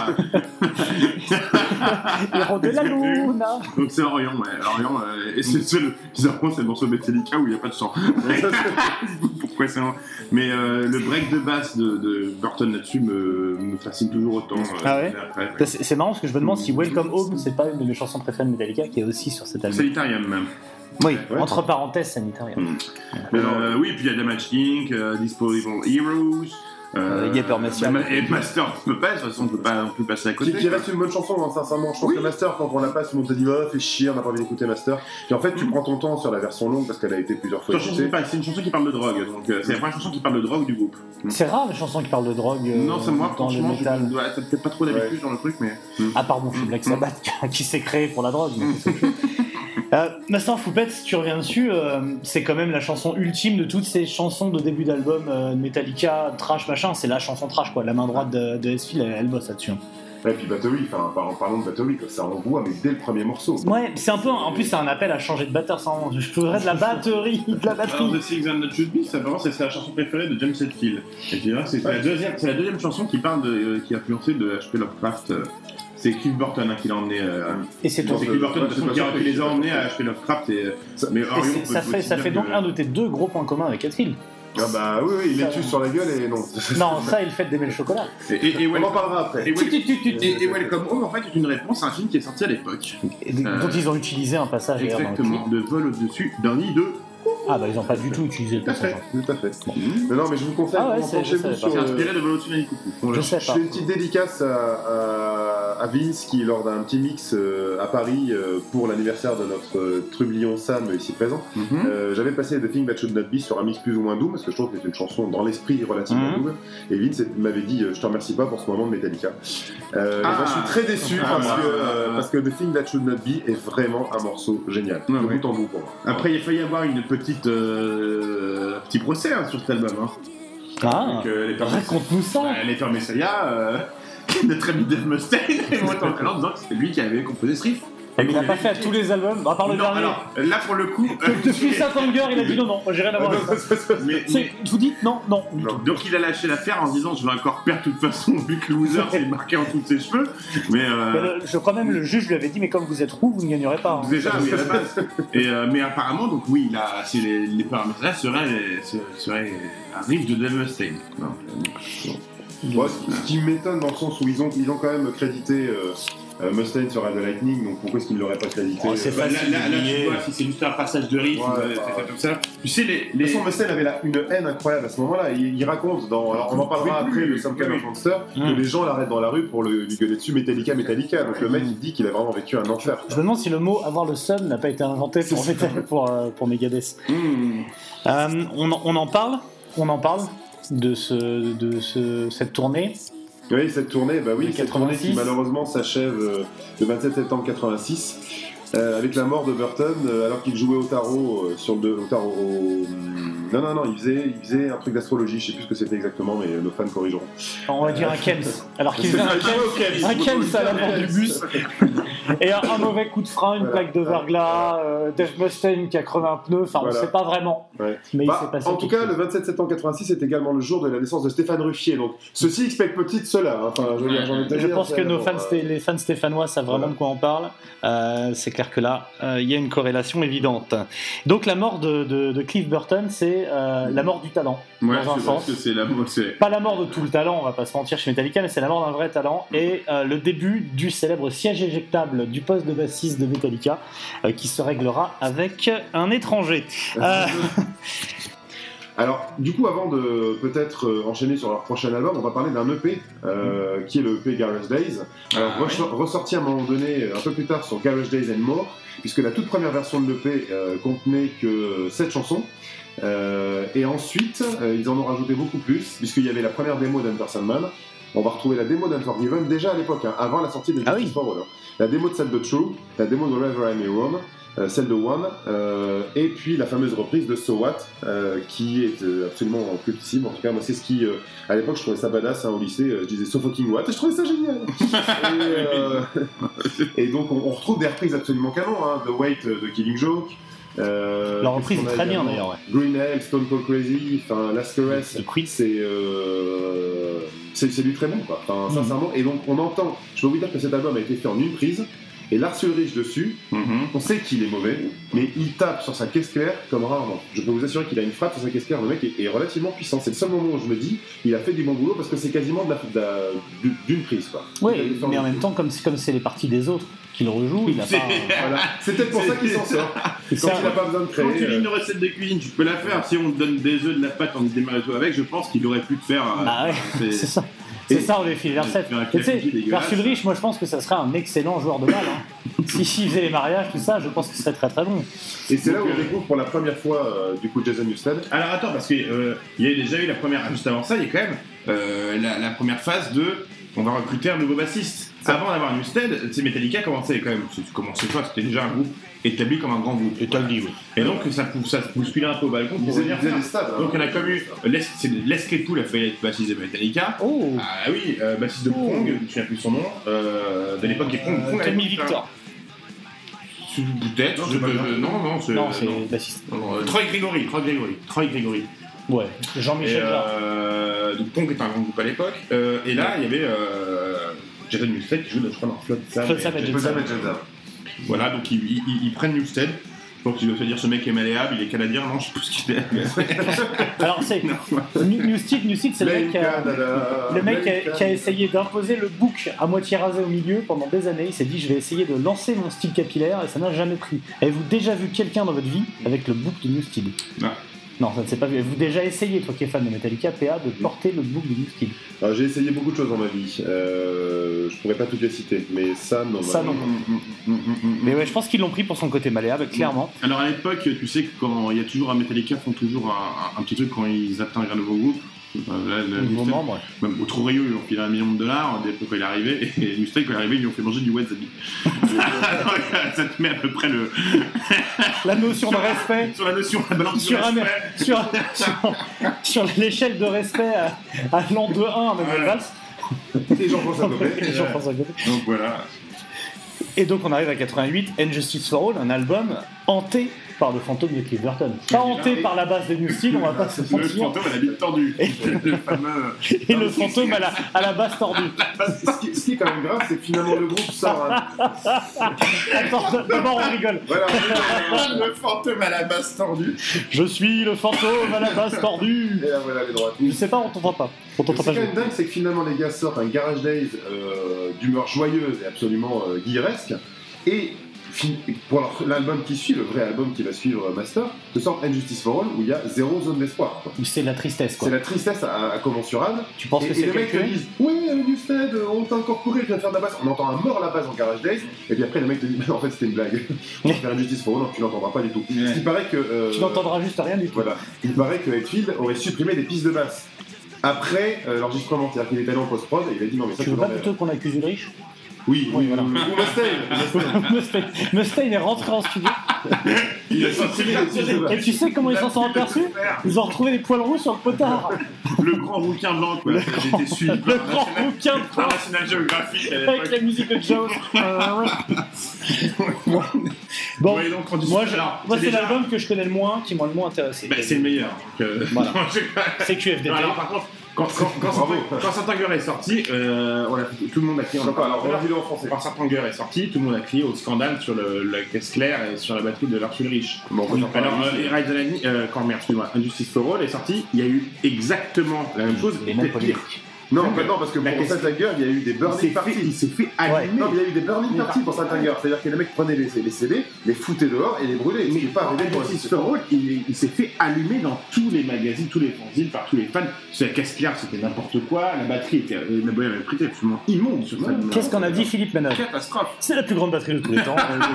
Héros de la Luna. Donc c'est Orion, Orion, et c'est le morceau de Metallica où il n'y a pas de chant. Pourquoi c'est Mais le break de basse de Burton là-dessus me fascine toujours autant. Après. C'est marrant parce que je me demande si Welcome Home c'est pas une de mes chansons préférées de Metallica qui est aussi sur cet album. Sanitarium même. Oui, entre parenthèses Sanitarium. Oui, puis il y a Damage Inc, Disposable Heroes. Yepper Messiah. Et Master of Puppets, de toute façon, on peut pas non plus passer à côté. Qui reste une bonne chanson, hein, sincèrement. Je pense que Master, quand on la passe, tout le monde te dit oh, fais chier, on n'a pas envie d'écouter Master. Puis en fait, tu prends ton temps sur la version longue parce qu'elle a été plusieurs fois écoutée. C'est une chanson qui parle de drogue, donc c'est la première chanson qui parle de drogue du groupe. C'est rare les chansons qui parlent de drogue. Non, c'est moi, dans le franchement, métal. t'as peut-être pas trop d'habitude dans le truc, mais. À part bon, je suis Black Sabbath qui s'est créé pour la drogue. Master of Puppets, si tu reviens dessus, c'est quand même la chanson ultime de toutes ces chansons de début d'album Metallica, trash machin, c'est la chanson trash quoi. La main droite de Hetfield, elle bosse là-dessus. Et puis Battery, enfin, parlons de Battery, ça envoie, mais dès le premier morceau. Ouais, c'est un peu, en plus c'est un appel à changer de batteur, je voudrais de la batterie, Alors, The Things That Should Be, c'est la chanson préférée de James Hetfield. Et tu vois, c'est la deuxième chanson qui parle qui a influencé de H.P. Lovecraft. C'est Cliff Burton qui l'a emmené. Et c'est toi. C'est Cliff Burton qui les a emmenés à H.P. Lovecraft. Ça fait donc un de tes deux gros points communs avec Hetfield. Ah bah oui, il les tue sur la gueule et non. Non, ça, il fait d'aimer le chocolat. On en parlera après. Et Welcome Home, en fait, est une réponse à un film qui est sorti à l'époque. Dont ils ont utilisé un passage. Exactement, de vol au-dessus d'un nid de... Ah bah ils n'ont pas du tout utilisé le passage. Tout à fait. Non mais je vous conseille de c'est inspiré de vol au-dessus d'un nid de coucou. Je sais pas. Je fais une petite dédicace à Vince qui, lors d'un petit mix à Paris pour l'anniversaire de notre trublion Sam ici présent, j'avais passé The Thing That Should Not Be sur un mix plus ou moins doux parce que je trouve que c'est une chanson dans l'esprit relativement doux. Et Vince m'avait dit je te remercie pas pour ce moment de Metallica. Je suis très déçu parce que The Thing That Should Not Be est vraiment un morceau génial, de bout en bout pour moi. Après il a failli y avoir une petit procès sur cet album. Raconte-nous ça. Yepper Messiah, notre ami Dave Mustaine, et moi en disant que c'était lui qui avait composé ce riff. Il n'a pas fait à tous les albums, à part le dernier. Alors, là pour le coup. Depuis Satanger, il a dit non, j'ai rien à voir avec ça. Vous dites non. Donc il a lâché l'affaire en se disant je vais encore perdre de toute façon, vu que Loser s'est marqué en dessous de ses cheveux. Mais je crois même le juge lui avait dit mais comme vous êtes roux, vous ne gagnerez pas. Déjà, oui, à la base. Mais apparemment, donc oui, là, les paramètres là seraient un riff de Dave Mustaine. Ce qui m'étonne dans le sens où ils ont quand même crédité Mustaine sur Ride the Lightning, donc pourquoi est-ce qu'ils ne l'auraient pas crédité c'est facile. Là, tu vois, si c'est juste un passage de riff, comme ça. Tu sais, de toute façon, Mustaine avait une haine incroyable à ce moment-là. Il raconte alors on en parlera après de Some Kind of Monster, que les gens l'arrêtent dans la rue pour lui gueuler dessus Metallica. Donc le mec il dit qu'il a vraiment vécu un enfer. Je me demande si le mot avoir le seum n'a pas été inventé pour Megadeth. On en parle de cette tournée. Oui, cette tournée, cette tournée qui malheureusement s'achève le 27 septembre 86 avec la mort de Burton alors qu'il jouait au tarot Non, il faisait un truc d'astrologie, je sais plus ce que c'était exactement, mais nos fans corrigeront. On va dire un Kems, alors qu'il faisait un Kems à l'avant du bus. Et un mauvais coup de frein, une plaque de verglas, Dave Mustaine qui a crevé un pneu, enfin on ne sait pas vraiment. Ouais. Mais il s'est passé en tout cas, le 27 septembre 86 est également le jour de la naissance de Stéphane Ruffier, donc ceci explique peut-être cela. Enfin, je pense que les fans stéphanois savent vraiment de quoi on parle. C'est clair que là, il y a une corrélation évidente. Donc la mort de Cliff Burton, c'est la mort du talent, dans un sens. Que c'est la mort, pas la mort de tout le talent, on va pas se mentir chez Metallica, mais c'est la mort d'un vrai talent et le début du célèbre siège éjectable du poste de bassiste de Metallica qui se réglera avec un étranger. Alors, du coup, avant de peut-être enchaîner sur leur prochain album, on va parler d'un EP qui est le EP Garage Days. Alors, ressorti à un moment donné, un peu plus tard sur Garage Days and More, puisque la toute première version de l'EP contenait que 7 chansons. Et ensuite, ils en ont rajouté beaucoup plus, puisqu'il y avait la première démo d'Enter Sandman. On va retrouver la démo d'Unforgiven déjà à l'époque, avant la sortie de Justice for All. La démo de Sad But True, la démo de Wherever I May Roam, celle de One, et puis la fameuse reprise de So What, qui est absolument cultissime. En tout cas, moi, c'est ce qui, à l'époque, je trouvais ça badass au lycée. Je disais So Fucking What, et je trouvais ça génial. Et donc, on retrouve des reprises absolument canon, The Weight de Killing Joke. La reprise est très bien d'ailleurs. Green Hell, Stone Cold Crazy, Last Caress, c'est du très bon, quoi. Sincèrement. Et donc, on entend. Je peux vous dire que cet album a été fait en une prise. Et Lars Ulrich dessus, on sait qu'il est mauvais, mais il tape sur sa caisse claire comme rarement. Je peux vous assurer qu'il a une frappe sur sa caisse claire, le mec est relativement puissant. C'est le seul moment où je me dis, il a fait du bon boulot parce que c'est quasiment d'une prise, quoi. Oui, mais en même temps, comme c'est les parties des autres qu'il rejoue, il a pas... Voilà. C'est peut-être pour ça qu'il s'en sort. Quand il n'a pas besoin de créer... Quand tu lis une recette de cuisine, tu peux la faire. Si on te donne des œufs, de la pâte, on te démarre tout avec, je pense qu'il aurait pu te faire... Bah ouais, c'est ça. C'est ça, on lui file la recette. Tu sais, Lars Ulrich, moi je pense que ça serait un excellent joueur de balle. S'il faisait les mariages, tout ça, je pense qu'il serait très très bon. Et c'est là où on découvre pour la première fois du coup Jason Newsted. Alors attends, parce qu'il y a déjà eu la première, juste avant ça, il y a quand même la première phase de on va recruter un nouveau bassiste. Avant d'avoir Newsted, Metallica commençait quand même, c'était déjà un groupe établi comme un grand groupe. Établi, oui. Et donc ça bousculait un peu au balcon pour venir faire. Donc on a comme eu Les Claypool a failli être bassiste de Metallica. Oh. Ah oui, bassiste de Prong, je ne me souviens plus son nom. De l'époque des Prong. Tommy Victor. Peut-être. Non, c'est bassiste. Troy Gregory. Ouais, Jean-Michel donc Prong était un grand groupe à l'époque. Et là, il y avait Jason Newsted qui joue je crois dans Flotsam et Jetsam. Voilà, donc ils prennent Newsted. Donc tu dois te dire ce mec est malléable, il est canadien, non, je sais plus ce qu'il est. Alors c'est Newsted, c'est le mec qui a essayé d'imposer le bouc à moitié rasé au milieu pendant des années. Il s'est dit je vais essayer de lancer mon style capillaire et ça n'a jamais pris. Avez-vous déjà vu quelqu'un dans votre vie avec le bouc de Newsted? Non, ça ne s'est pas vu. Avez-vous déjà essayé, toi qui es fan de Metallica, PA, de porter le bouc de Newsted? J'ai essayé beaucoup de choses dans ma vie. Je pourrais pas toutes les citer, mais ça non. Mais ouais, je pense qu'ils l'ont pris pour son côté malléable, clairement. Alors à l'époque, tu sais que quand il y a toujours un Metallica font toujours un petit truc quand ils atteignent un nouveau groupe. Nouveau membre. Même au Trorio, ils lui ont filé $1 million quand il est arrivé, et Newsted, quand il est arrivé, ils lui ont fait manger du wasabi. Ça te met à peu près la notion de respect. Sur la notion de balance de respect. Sur l'échelle de respect à l'an 2-1 à Manuel Valls. Et Jean-François Copé. Donc voilà. Et donc on arrive à 88, And Justice for All, un album hanté par le fantôme de Cliff Burton. Pas hanté par la basse de Newsted, on va pas se mentir. Le fantôme à la bite tordue. Le fameux... Et le fantôme à la basse tordue. Ce qui est quand même grave, c'est que finalement le groupe sort... Attends, d'abord on rigole. Voilà, le fantôme à la basse tordue. Je suis le fantôme à la basse tordue. Et là voilà les droits. Je sais pas, on t'entend pas. C'est quand même dingue, c'est que finalement les gars sortent un Garage Days d'humeur joyeuse et absolument guilleresque. Et pour l'album qui suit, le vrai album qui va suivre Master, te sort And Justice for All où il y a zéro zone d'espoir. C'est la tristesse, quoi. C'est la tristesse incommensurable. Tu penses que c'est les mecs te disent oui, Newsted, on t'a encore couru, tu vas faire de la basse. On entend un mort la basse en Garage Days, et puis après le mec te dit en fait c'était une blague. On va faire And Justice for All, non, tu l'entendras pas du tout. Il paraît que. Tu n'entendras juste rien du tout. Voilà. Il paraît que Hetfield aurait supprimé des pistes de basse après l'enregistrement. C'est-à-dire qu'il est allé en post-prod et il a dit non, mais ça tu veux pas plutôt qu'on accuse Ulrich? Oui, voilà. Ou Mustaine est rentré en studio. Il a supprimé des pistes de basse. Et tu sais comment ils s'en sont aperçus? Ils ont retrouvé des poils roux sur le potard. Le grand rouquin blanc, quoi. J'étais suivi le grand rouquin blanc. National Geographic. Avec la musique de Joe. Bon, ouais, donc, moi c'est l'album que je connais le moins, qui m'a le moins intéressé. C'est le meilleur. Voilà. C'est QFDT. Alors par contre, quand Saint-Anger est sorti, voilà, tout le monde a crié. Alors, redis-le en français. Quand Saint-Anger est sorti, tout le monde a crié au scandale sur la caisse claire et sur la batterie de Lars Ulrich. Alors, quand Injustice for All est sorti, il y a eu exactement la même chose. Et même pire. Non, parce que pour Saint-Anger, il y a eu des burning parties. Il s'est fait allumer. Non, mais il y a eu des burning parties pour Saint-Anger. C'est-à-dire que les mecs prenaient les CD, les foutaient dehors et les brûlaient. Mais pas arrivé pour Injustice for All, il s'est fait allumer dans tous les magazines, tous les fanzines, par tous les fans. La caisse claire, c'était n'importe quoi. La batterie était absolument immonde sur ça. Qu'est-ce qu'on a dit, Philippe Manœuvre? Catastrophe. C'est la plus grande batterie de tous les temps.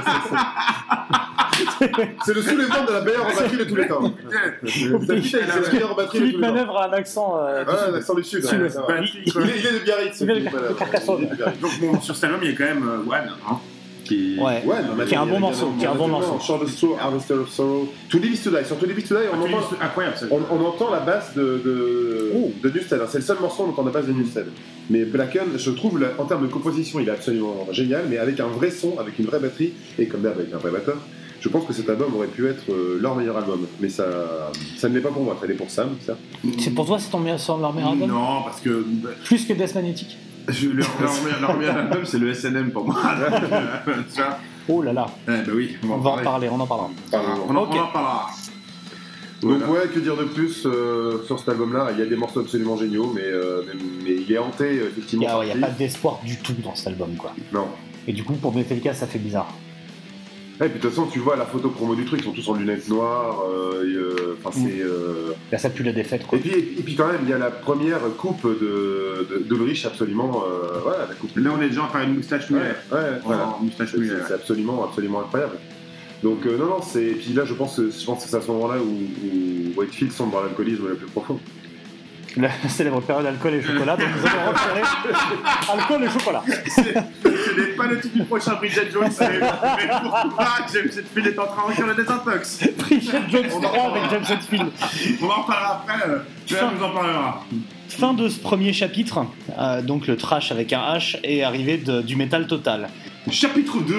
C'est le soulèvement de la meilleure batterie de tous les temps. Philippe Manœuvre a un accent. Un accent du sud. Il est de Biarritz. Il est de Carcassonne. Donc sur cet album, il y a quand même One, qui est un bon morceau. Chant de Straw, Harvester of Sorrow. To Live Is To Die. Sur To Live Is To Die, on entend la basse de Newsted. C'est le seul morceau où on entend la basse de Newsted. Mais Blacken, je trouve, en termes de composition, il est absolument génial, mais avec un vrai son, avec une vraie batterie, et comme d'hab, avec un vrai batteur. Je pense que cet album aurait pu être leur meilleur album, mais ça ne l'est pas pour moi, ça l'est pour Sam, ça. C'est pour toi, c'est leur meilleur album? Non, parce que... Plus que Death Magnetic? Leur meilleur album, c'est le SNM pour moi. Tu vois. Oh là là. Bah oui, On va en parler, on en parlera. On en parlera. Donc ouais, que dire de plus sur cet album-là? Il y a des morceaux absolument géniaux, mais il est hanté effectivement. Il n'y a pas d'espoir du tout dans cet album, quoi. Non. Et du coup, pour Metallica, ça fait bizarre. Et puis de toute façon, tu vois la photo promo du truc, ils sont tous en lunettes noires. C'est. Là, ça pue la défaite, quoi. Et puis quand même, il y a la première coupe de Ulrich absolument. Voilà, la coupe. Là, on est déjà en train d'une moustache mulet. Ouais, voilà. Moustache mulet. C'est absolument incroyable. Donc non, c'est. Et puis là, je pense que c'est à ce moment-là où Whitefield sombre dans l'alcoolisme le plus profond. La célèbre période alcool et chocolat, donc nous allons retirer alcool et chocolat. Ce n'est pas le titre du prochain Bridget Jones, mais pourquoi James Hetfield est en train de faire le désintox. Bridget Jones 3 avec James Hetfield. On en reparlera après, Claire nous en parlera. Fin de ce premier chapitre, donc le trash avec un H est arrivé du métal total. Chapitre 2.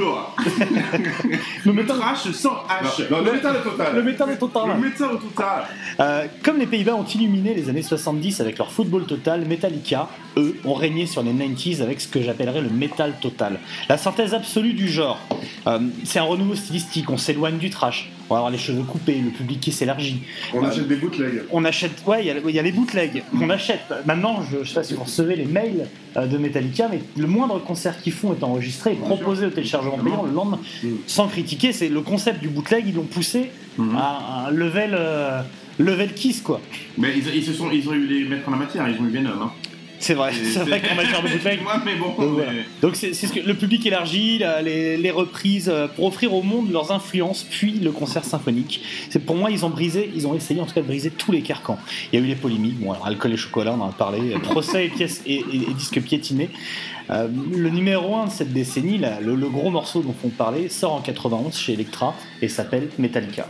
Le trash sans H. Non, le métal est total. Le métal est total. Le métal est total. Comme les Pays-Bas ont illuminé les années 70 avec leur football total, Metallica, eux, ont régné sur les 90s avec ce que j'appellerais le métal total. La synthèse absolue du genre. C'est un renouveau stylistique, on s'éloigne du trash. On va avoir les cheveux coupés, le public qui s'élargit. On achète des bootlegs. Il y a les bootlegs qu'on achète. Maintenant, je sais pas si vous recevez les mails de Metallica, mais le moindre concert qu'ils font est enregistré et proposé au téléchargement payant le lendemain. Sans critiquer, c'est le concept du bootleg, ils l'ont poussé à un level Kiss, quoi. Mais ils ont eu les maîtres en la matière, ils ont eu Venom. Hein. C'est vrai qu'on va faire de bootleg. Mais bon. Donc c'est ce que le public élargi, les reprises pour offrir au monde leurs influences, puis le concert symphonique. C'est pour moi ils ont essayé en tout cas de briser tous les carcans. Il y a eu les polémiques, alors alcool et chocolat, on en a parlé, procès et pièces et disques piétinés. Le numéro 1 de cette décennie, le gros morceau dont on parlait, sort en 91 chez Elektra et s'appelle Metallica.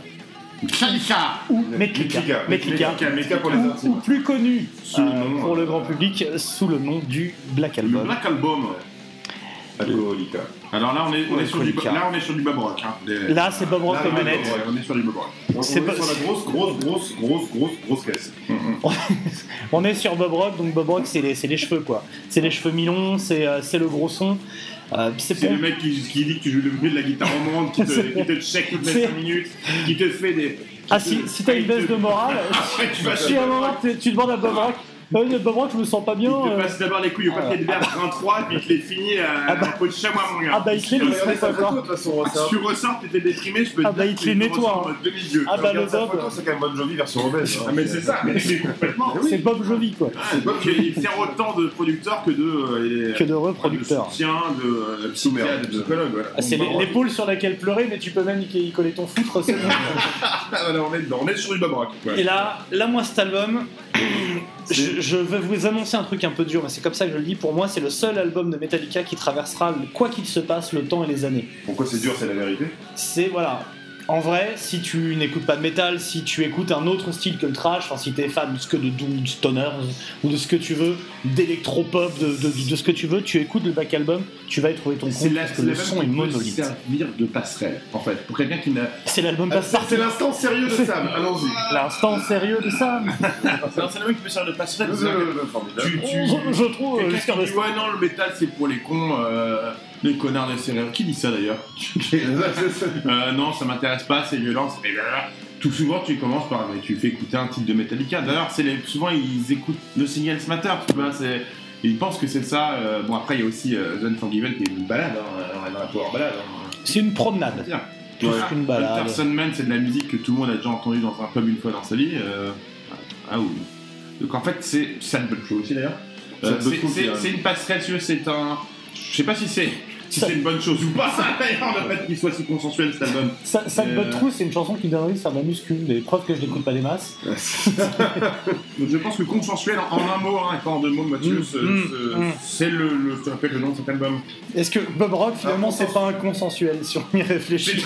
Metallica pour les intimes. ou plus connu pour le grand public sous le nom du Black Album. Le Black Album. Alcoolica. Alors là, on est sur du Bob Rock. Hein. Là, c'est Bob Rock aux manettes. On est sur du Bob Rock. On est sur la grosse caisse. On est sur Bob Rock, donc Bob Rock, c'est les cheveux, quoi. C'est les cheveux mi-longs, c'est le gros son. C'est le mec qui dit que tu joues le bruit de la guitare au monde, qui te check toutes les 5 minutes, qui te fait des... Si t'as une baisse de morale, si à un moment tu demandes à Bob Rock, Bob Rock, je me sens pas bien. Il te passe d'abord les couilles au papier de verre 23 et puis il te les finit à un pot de chamois, mon gars. Il te les nettoie, de toute façon. Si tu ressors, t'étais déprimé, je peux te dire il te les nettoie. Le Bob, c'est quand même Bon Jovi version obèse. Mais c'est ça, mais c'est complètement. C'est Bob Jovi, quoi. Il sert autant de producteurs que de reproducteurs. De soutien, de psychiatre, de psychologue. C'est l'épaule sur laquelle pleurer, mais tu peux même y coller ton foutre, c'est bon. On est sur du Bob Rock. Et là, moi, cet album, je vais vous annoncer un truc un peu dur, mais c'est comme ça que je le dis. Pour moi, c'est le seul album de Metallica qui traversera, quoi qu'il se passe, le temps et les années. Pourquoi c'est dur, c'est la vérité? C'est, voilà. En vrai, si tu n'écoutes pas de métal, si tu écoutes un autre style que le trash, si t'es fan de doom, de stoner ou de ce que tu veux, d'électropop, de ce que tu veux, tu écoutes le Black Album, tu vas y trouver ton compte parce que le son est monolithe. C'est servir de passerelle, en fait, pour quelqu'un qui n'a. C'est l'album passerelle. C'est l'instant sérieux de Sam. Allons-y. L'instant sérieux de Sam. C'est l'album qui peut servir de passerelle. Je trouve. Ouais, non, le métal c'est pour les cons. Les connards de série. Qui dit ça d'ailleurs? Non, ça m'intéresse pas, c'est violent, c'est tout souvent tu commences par tu fais écouter un titre de Metallica. D'ailleurs, souvent ils écoutent No Singles Matter, tu vois, ils pensent que c'est ça. Bon, après il y a aussi The Unforgiven qui est une balade, un power balade. C'est une promenade. Plus qu'une balade. Hunter Man, c'est de la musique que tout le monde a déjà entendu dans un pub une fois dans sa vie. Oui. Donc en fait, c'est ça le show aussi d'ailleurs. C'est une passerelle, c'est un. Je sais pas si c'est une bonne chose ou pas, d'ailleurs, le fait qu'il soit si consensuel cet album. Sad But True, c'est une chanson qui donne envie de faire de la muscu. Des preuves que je n'écoute pas des masses. Donc je pense que consensuel en un mot, et pas en deux mots, Mathieu, c'est le nom de cet album. Est-ce que Bob Rock, finalement, c'est pas un consensuel, si on y réfléchit?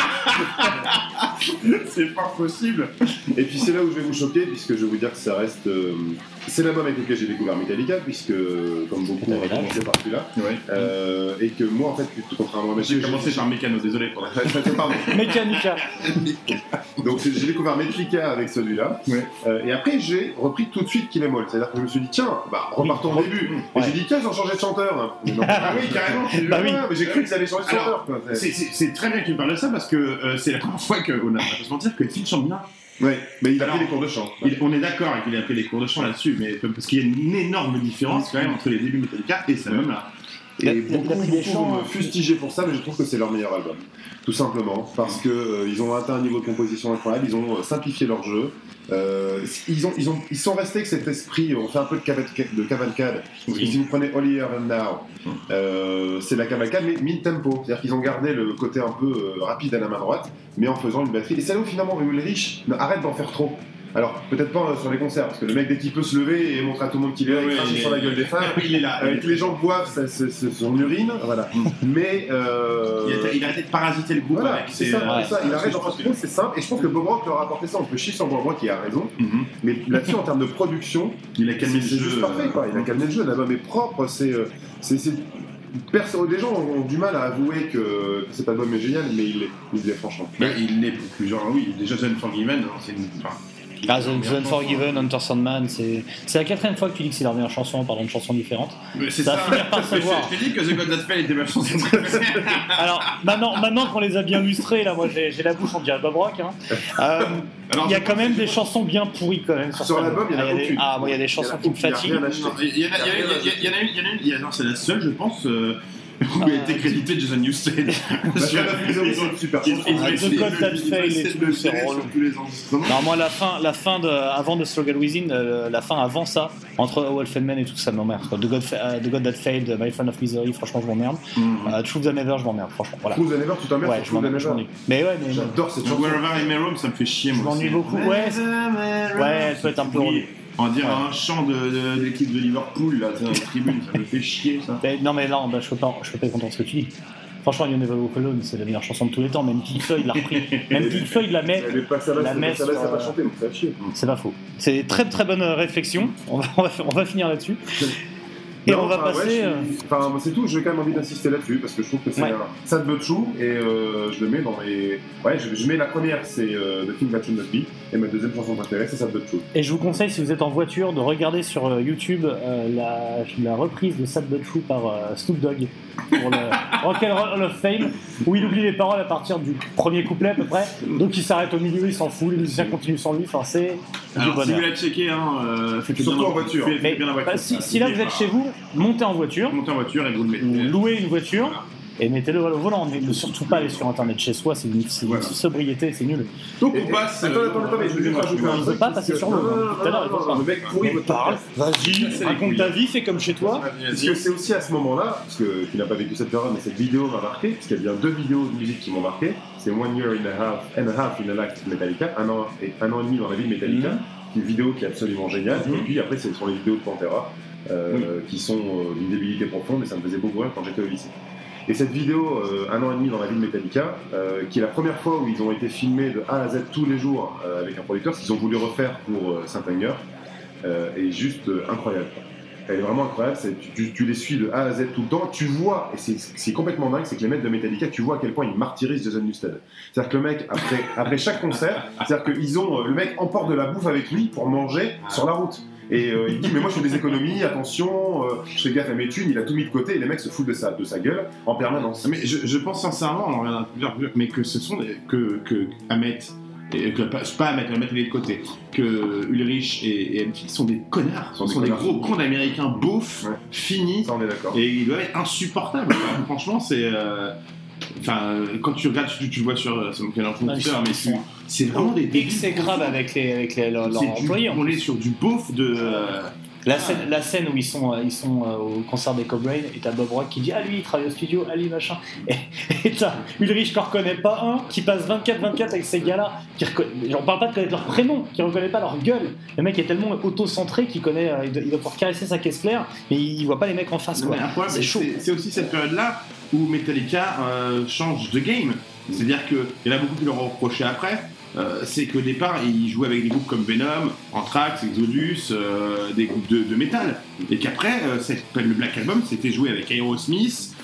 C'est pas possible. Et puis c'est là où je vais vous choquer, puisque je vais vous dire que ça reste. C'est l'album avec lequel j'ai découvert Metallica, puisque, comme beaucoup, on a commencé par celui-là. Ouais. Et que moi, en fait, contrairement à Mathieu, J'ai commencé par Mécano, désolé pour la Pardon. Mécanica. Donc j'ai découvert Metallica avec celui-là. Ouais. Et après, j'ai repris tout de suite Kill Em All. C'est-à-dire que je me suis dit, tiens, repartons au début. Et j'ai dit, tiens, ils ont changé de chanteur. Mais non. Ah oui, carrément. Bah oui. Mais j'ai cru qu'ils allaient changer de chanteur. Quoi. C'est très bien que tu parles de ça parce que c'est la première fois qu'on a pas se mentir que Phil chante bien. Ouais, mais il a Alors, pris les cours de chant. On est d'accord qu'il a pris les cours de chant là-dessus, mais parce qu'il y a une énorme différence quand même entre les débuts Metallica et cet album-là. Et beaucoup me fustiger pour ça, mais je trouve que c'est leur meilleur album. Tout simplement, parce que ils ont atteint un niveau de composition incroyable, ils ont simplifié leur jeu. Ils sont restés avec cet esprit, on fait un peu de cavalcade. Parce que si vous prenez Holier and Now, c'est la cavalcade, mais mid-tempo. C'est-à-dire qu'ils ont gardé le côté un peu rapide à la main droite, mais en faisant une batterie. Et c'est là où finalement Ulrich arrête d'en faire trop. Alors, peut-être pas sur les concerts, parce que le mec, dès qu'il peut se lever et montrer à tout le monde qu'il est là, il crache sur la gueule des femmes, il est là. avec les gens boivent son urine, voilà. Mais. Il a arrêté de parasiter le groupe Voilà, avec c'est ça, il arrête d'en faire trop, c'est simple, et je pense que Bob Rock leur a apporté ça. On peut chier sur Bob Rock qui a raison, mais là-dessus, en termes de production, il a calmé le jeu. C'est juste parfait, quoi. Il a calmé le jeu, l'album est propre, des gens ont du mal à avouer que cet album est génial, mais il l'est franchement. Il l'est pour plusieurs, oui. Déjà, The Unforgiven, c'est une. The Unforgiven, Enter Sandman, c'est la 4ème fois que tu dis que c'est leur meilleure chanson en parlant de chansons différentes. C'est ça va finir par se voir. Je t'ai dit que The God That Fell était ma chanson préférée. Alors, maintenant qu'on les a bien lustrés, là, moi j'ai la bouche, on dirait Bob Rock. Il y a quand même des chansons bien pourries quand même. Sur l'album, il y en a aucune. Ah, moi il y a des chansons qui me fatiguent. Il y en a une, c'est la seule, je pense. Où il a été crédité Jason Newsted. The God That Failed et tout, c'est relou. Non, moi la fin avant de Struggle Within, la fin avant ça, entre Wolf and Men et tout, ça m'emmerde. The God That Failed, My Friend of Misery, franchement je m'emmerde. Truth and Never, je m'emmerde, franchement. Voilà. Truth and Never, tu t'emmerdes. Ouais, je m'ennuie. Mais j'adore cette chanson. Wherever I May Roam, ça me fait chier. Je m'ennuie beaucoup. Ouais, elle peut être un peu relou. On va dire un chant de l'équipe de Liverpool là, dans la tribune, ça me fait chier ça. Non, je peux pas être content de ce que tu dis. Franchement, You Never Walk Alone, c'est la meilleure chanson de tous les temps. Même Pink Floyd l'a repris. Même Pink Floyd la met. Ça va chanter, donc ça va chier. C'est pas faux. C'est très très bonne réflexion. On va finir là-dessus. Et on va passer. C'est tout, j'ai quand même envie d'insister là-dessus parce que je trouve que c'est un Sad But True et je le mets dans mes. Ouais, je mets la première, c'est The Thing That Should Not Be, et ma deuxième chanson préférée, c'est Sad But True. Et je vous conseille, si vous êtes en voiture, de regarder sur YouTube la reprise de Sad But True par Snoop Dogg pour le Rock and Roll of Fame, où il oublie les paroles à partir du premier couplet à peu près, donc il s'arrête au milieu, il s'en fout, les musiciens continuent sans lui, enfin c'est du bonheur. Si vous voulez checker, faites surtout en voiture. Mais si là vous êtes chez vous, montez en voiture et vous le mettez. Louez une voiture. Voilà. Et mettez-le au volant, ne surtout pas aller sur internet chez soi, c'est une sobriété, c'est nul. Donc on passe. Attends, je vais juste rajouter un truc. On ne veut pas passer sur l'eau. Tout à l'heure, le mec pourri me parle. Vas-y, raconte ta vie, fais comme chez toi. Parce que c'est aussi à ce moment-là, parce que tu n'as pas vécu cette période, mais cette vidéo m'a marqué, parce qu'il y a bien 2 vidéos de musique qui m'ont marqué. C'est One Year and a Half in the Life of Metallica, un an et demi dans la vie de Metallica, une vidéo qui est absolument géniale. Et puis après, ce sont les vidéos de Pantera, qui sont d'une débilité profonde, et ça me faisait beaucoup rire quand j'étais au lycée. Et cette vidéo, un an et demi dans la vie de Metallica, qui est la première fois où ils ont été filmés de A à Z tous les jours avec un producteur, ce qu'ils ont voulu refaire pour Saint-Anger, est juste incroyable. Elle est vraiment incroyable, tu les suis de A à Z tout le temps, tu vois, et c'est complètement dingue, c'est que les mecs de Metallica, tu vois à quel point ils martyrisent Jason Newsted. C'est-à-dire que le mec, après chaque concert, c'est-à-dire que le mec emporte de la bouffe avec lui pour manger sur la route. Et il dit mais moi je fais des économies, attention, je fais gaffe à mes thunes, il a tout mis de côté et les mecs se foutent de sa gueule en permanence. Mais je pense sincèrement, mais que ce sont que Ahmet, et que pas Ahmet, on va mettre les de côté, que Ulrich et Enfield sont des connards, sont des gros cons d'américains beaufs, finis, ça on est d'accord. Et ils doivent être insupportables. Franchement c'est... quand tu regardes, tu vois sur mon computer, mais c'est vraiment des exécrables avec leurs employés. On est sur du beauf de. La scène où ils sont au concert des Cobain et t'as Bob Rock qui dit lui il travaille au studio, lui machin, et t'as Ulrich qui en reconnaît pas un, qui passe 24/24 avec ces gars-là, on parle pas de connaître leur prénom, qui reconnaît pas leur gueule. Le mec est tellement auto-centré qu'il connaît, il doit pouvoir caresser sa caisse claire, mais il voit pas les mecs en face quoi. C'est chaud. C'est aussi cette période-là où Metallica change de game, c'est-à-dire qu'il y en a beaucoup qui leur ont reproché après. C'est qu'au départ, ils jouaient avec des groupes comme Venom, Anthrax, Exodus, des groupes de métal. Et qu'après, le Black Album, c'était joué avec Aerosmith,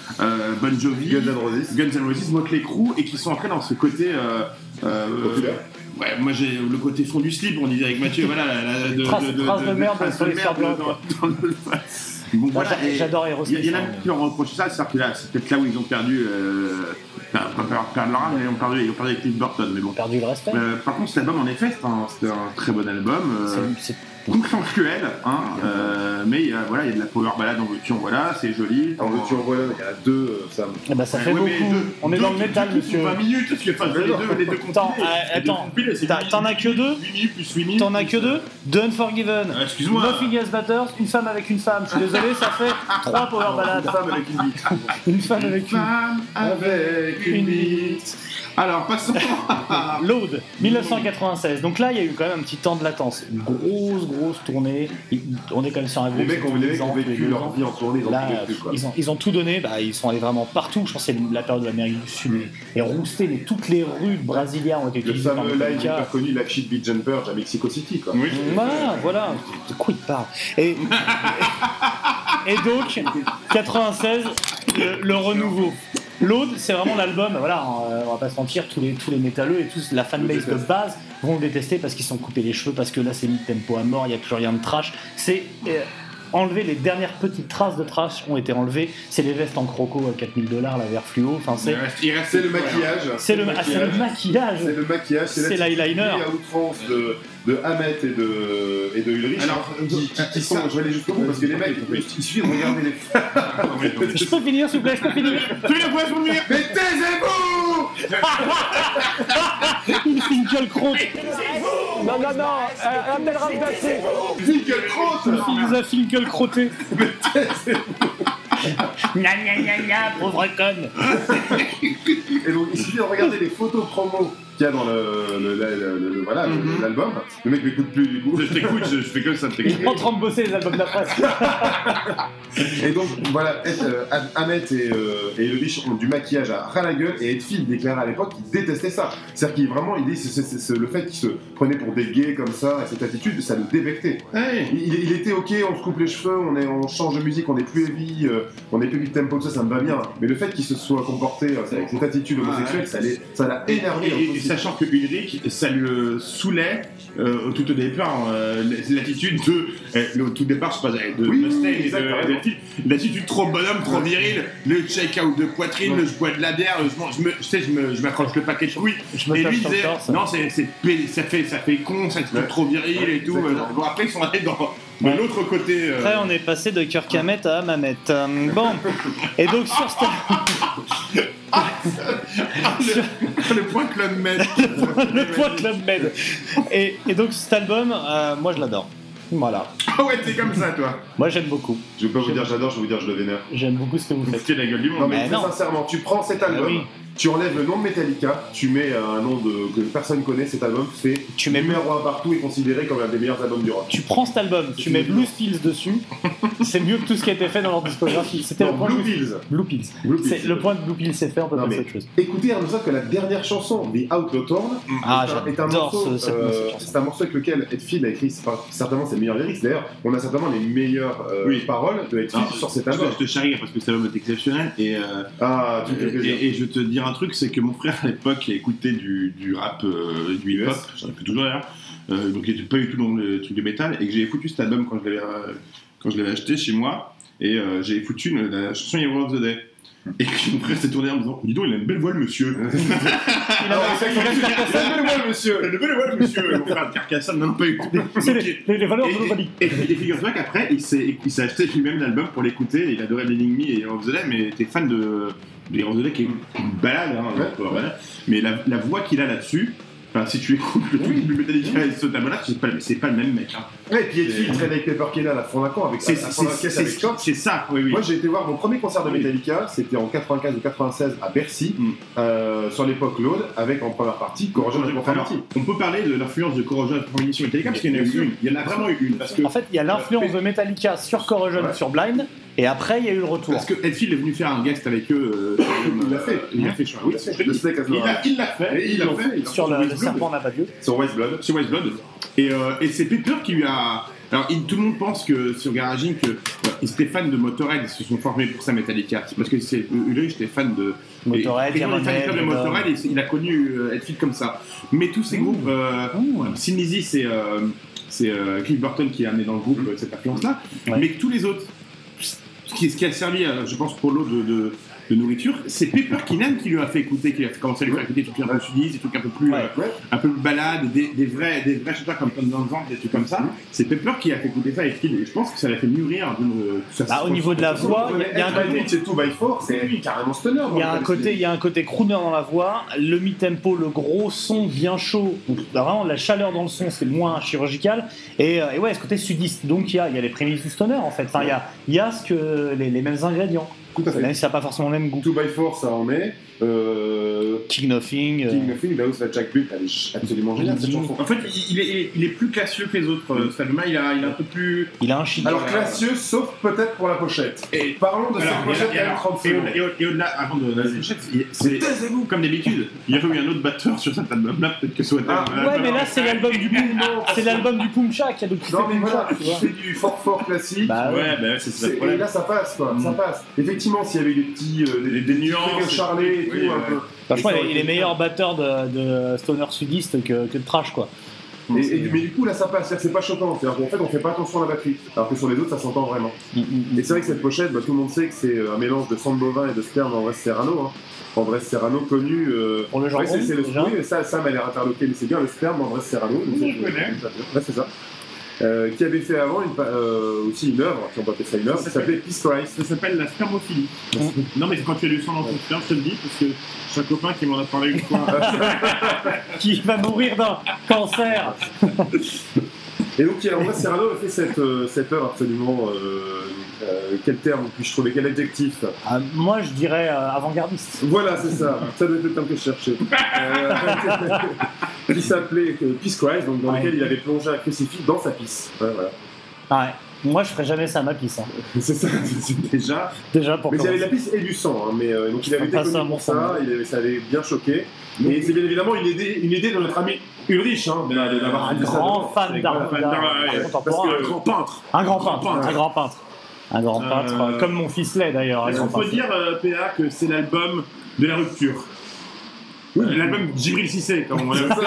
Bon Jovi, Guns N' Roses, Motley Crue, et qui sont entrés dans ce côté. Ouais, moi j'ai le côté fond du slip, on disait avec Mathieu, voilà, trace de merde sur les serveurs. Bon, Moi, voilà, j'adore Aerosmith. Il y en a qui leur reprochent ça, c'est-à-dire que là, c'est peut-être là où ils ont perdu. Pas perdre leur âme, mais ils ont perdu avec Cliff Burton. Mais bon. Perdu le respect. Par contre, cet album, en effet, c'était un très bon album. C'est consensuel, hein, mais voilà, il y a de la power ballade en veux-tu en voilà, c'est joli. En veux-tu en voilà, il y en a deux, Sam. Eh ben, ça fait beaucoup. On est dans le métal, monsieur. 20 minutes, parce que les deux Attends, t'en as que deux 8 minutes plus 8 minutes. T'en as que deux The Unforgiven. Excuse-moi. Nothing Else Matters, une femme avec une femme. Je suis désolé, ça fait 3 power ballades. Une femme avec une bite. Une femme avec une bite. Alors, passons à Load, 1996. Donc là, il y a eu quand même un petit temps de latence. Une grosse tournée. On est quand même sur un groupe. Les mecs ont vécu leur vie en tournée, ils ont tout donné. Bah, ils sont allés vraiment partout. Je pense que c'est la période de l'Amérique du Sud. Et rousté, toutes les rues de Brasilia ont été le utilisées. fameux live hyper connu, la Shit Beat Jumper à Mexico City, quoi. Oui. Voilà. De quoi il parle et donc, 96, le renouveau. Load, c'est vraiment l'album, voilà, on va pas se mentir, tous les métalleux et tous la fanbase de base vont le détester parce qu'ils sont coupés les cheveux, parce que là c'est mid-tempo à mort, il n'y a plus rien de trash. C'est enlever les dernières petites traces de trash ont été enlevées. C'est les vestes en croco à $4,000, la vert fluo. Enfin, c'est le maquillage. C'est le maquillage. C'est le maquillage. C'est l'eyeliner. À outrance de Hamet et de Ulrich. Alors, qui sont, je vais aller jusqu'au bout parce que les mecs, il suffit de regarder les. Je peux finir, s'il vous plaît, je peux finir. Mais taisez-vous. Une finkel crotte. Non, Abdel Ramdassi. Finkel crotte. Il nous a finkel crotté. Mais taisez-vous. Gna, pauvre conne. Et donc, il suffit de regarder les photos promo qu'il y a dans l'album. Le mec m'écoute plus du coup. Je t'écoute, je fais que ça. Il est en train de bosser les albums d'après. Et donc voilà, Hamet et Ulrich ont du maquillage à ras la gueule, et Hetfield déclarait à l'époque qu'il détestait ça. C'est-à-dire qu'il vraiment, il dit c'est le fait qu'il se prenait pour des gays comme ça, et cette attitude, ça le débectait. Ouais. Il était ok, on se coupe les cheveux, on change de musique, on est plus heavy, on est plus vite tempo, ça me va bien. Mais le fait qu'il se soit comporté avec cette attitude homosexuelle, ça l'a énervé. Et sachant que Ulrich, ça le saoulait tout au départ, l'attitude au tout départ, je sais pas, de Mustaine, l'attitude trop bonhomme, trop viril, le check-out de poitrine, le je bois de la bière, je m'accroche le paquet de couilles. Et lui disait, non, ça fait con, ça fait trop viril et tout. Bon, après, ils sont allés de l'autre côté. Après, on est passé de Kirk Hamet à Mamet. Bon, et donc sur le point Club Med. Le point Club Med. Et donc cet album, moi je l'adore. Voilà. Ah ouais, t'es comme ça, toi. Moi j'aime beaucoup. Je vais pas vous dire j'adore, je vais vous dire je le vénère. J'aime beaucoup ce que vous faites. C'est la gueule du monde. Non mais sincèrement, tu prends cet album, tu enlèves le nom de Metallica, tu mets un nom que personne connaît, cet album fait numéro 1 partout et considéré comme un des meilleurs albums du rock. Tu prends cet album, tu mets Blue Pills dessus, c'est mieux que tout ce qui a été fait dans leur discographie. C'était le point Blue Pills. Le point de Blue Pills c'est fait, on peut passer à autre chose. Écoutez, on que la dernière chanson, The Outlaw Torn, est un morceau, c'est un morceau avec lequel Hetfield a écrit certainement ses meilleurs lyrics. D'ailleurs, on a certainement les meilleures paroles de Hetfield sur cet album. Je te charrie parce que cet album est exceptionnel et je te dire un truc, c'est que mon frère à l'époque écoutait du rap, du hip-hop, j'en ai plus toujours d'ailleurs, donc il n'était pas du tout dans le truc de métal, et que j'avais foutu cet album quand je l'avais acheté chez moi, et j'avais foutu la chanson Hero of the Day. Et puis mon frère s'est tourné en me disant, dis donc, il a une belle voix le monsieur. Il a une belle voix le monsieur. Une belle voix le monsieur. Mon frère Carcassonne, non, pas eu. C'est les valeurs de l'Ovalie. Et figure-toi qu'après, il s'est acheté lui-même l'album pour l'écouter, il adorait l'Enigmy et Hero of the Day, mais il était fan de Hero of the Day qui est une balade, mais la voix qu'il a là-dessus, si tu écoutes le truc du Metallica et ce tableau-là, c'est pas le même mec. Ouais, et puis il traîne avec Pepper Kella à la fond d'un camp avec c'est ça, oui. Moi j'ai été voir mon premier concert de Metallica, c'était en 95 ou 96 à Bercy, sur l'époque Load, avec en première partie Corrosion of Conformity. On peut parler de l'influence de Corrosion of Conformity sur Metallica, parce qu'il y en a eu une. Il y en a vraiment eu une. En fait, il y a l'influence de Metallica sur Corrosion, sur Blind, et après il y a eu le retour. Parce que Hetfield est venu faire un guest avec eux. Il l'a fait. Il l'a fait, je crois. Il l'a fait. Sur le Serpent n'a pas Dieu. Sur West Blood. Et c'est Pepper qui lui a Alors, tout le monde pense que sur Garaging, ils étaient fans de Motorhead, ils se sont formés pour ça Metallica. C'est parce que Ulrich était fan de Motorhead, il de Motorhead, et il a connu Hetfield comme ça. Mais tous ces groupes, Sin Lizzy, c'est Cliff Burton qui a amené dans le groupe cette influence-là, mais que tous les autres, ce qui a servi, je pense, pour l'eau de nourriture, c'est Pepper Keenan qui lui a fait écouter, qui a commencé à lui faire écouter des trucs un peu sudistes, des trucs un peu plus balades, des vrais chanteurs comme Tom Danzant, des trucs comme ça. C'est Pepper qui a fait écouter ça, et je pense que ça l'a fait mûrir. Au niveau de la voix, il y a un côté. C'est 2x4, c'est carrément stoner. Il y a un côté crooner dans la voix, le mi-tempo, le gros son bien chaud, donc vraiment la chaleur dans le son, c'est moins chirurgical, et ouais, ce côté sudiste. Donc il y a les prémices du stoner en fait. Enfin, il y a ce que les mêmes ingrédients. Tout à fait. Même si ça n'a pas forcément le même goût. 2x4, ça en est. King Nothing. Là où c'est Jack Buck, elle est absolument géniale cette chanson. En fait, il est plus classieux que les autres. Cet album-là, il est un peu plus. Il a un chic. Alors classieux, sauf peut-être pour la pochette. Et parlons de cette pochette qui a 30 secondes. Et au-delà, avant de la pochette, c'est comme d'habitude. Il y a eu un autre batteur sur cet album-là, peut-être que ce soit. Ouais, mais là, c'est l'album du Poum. C'est l'album du Poumcha qui a donc Non, mais voilà, c'est du fort classique. Ouais, c'est ça. Et là, ça passe, quoi. Ça passe. Effectivement, s'il y avait des nuances, Charlet et tout, un peu. Franchement, il est meilleur batteur de stoner sudiste que de trash, quoi. Mais du coup, là, ça passe. C'est pas choquant. C'est-à-dire qu'en fait, on fait pas attention à la batterie. Alors que sur les autres, ça s'entend vraiment. Et c'est vrai que cette pochette, tout le monde sait que c'est un mélange de sang de bovin et de sperme d'Andrés Serrano. Andrés Serrano, connu. Pour le jambon, c'est le fruit. Sam a l'air interloqué, mais c'est bien le sperme d'Andrés Serrano. Ouais, c'est ça. Qui avait fait avant aussi une œuvre, si on peut appeler ça une œuvre, qui s'appelait Peace Christ. Ça s'appelle la spermophilie. Non, mais quand tu as du sang dans ton sperme, je te le dis, parce que j'ai un copain qui m'en a parlé une fois. Qui va mourir d'un cancer. Et donc, Andrés Serrano a fait cette œuvre absolument. Quel terme puis-je trouver? Quel adjectif? Moi, je dirais avant-gardiste. Voilà, c'est ça. Ça doit être le terme que je cherchais. Qui s'appelait Peace Christ, donc dans lequel il avait plongé un crucifix dans sa pisse. Voilà. Ouais. Moi, je ferais jamais ça à ma pisse. C'est ça, c'est déjà pour. Mais il y avait de la pisse et du sang, mais donc il avait été connu pour ça. Ça avait bien choqué. Et c'est bien évidemment une idée de notre ami Ulrich, d'avoir un grand fan d'art contemporain. Un grand peintre, comme mon ficelet d'ailleurs. Est-ce qu'on peut dire, PA, que c'est l'album de la rupture? L'album Djibril Cissé, comme on l'appelle.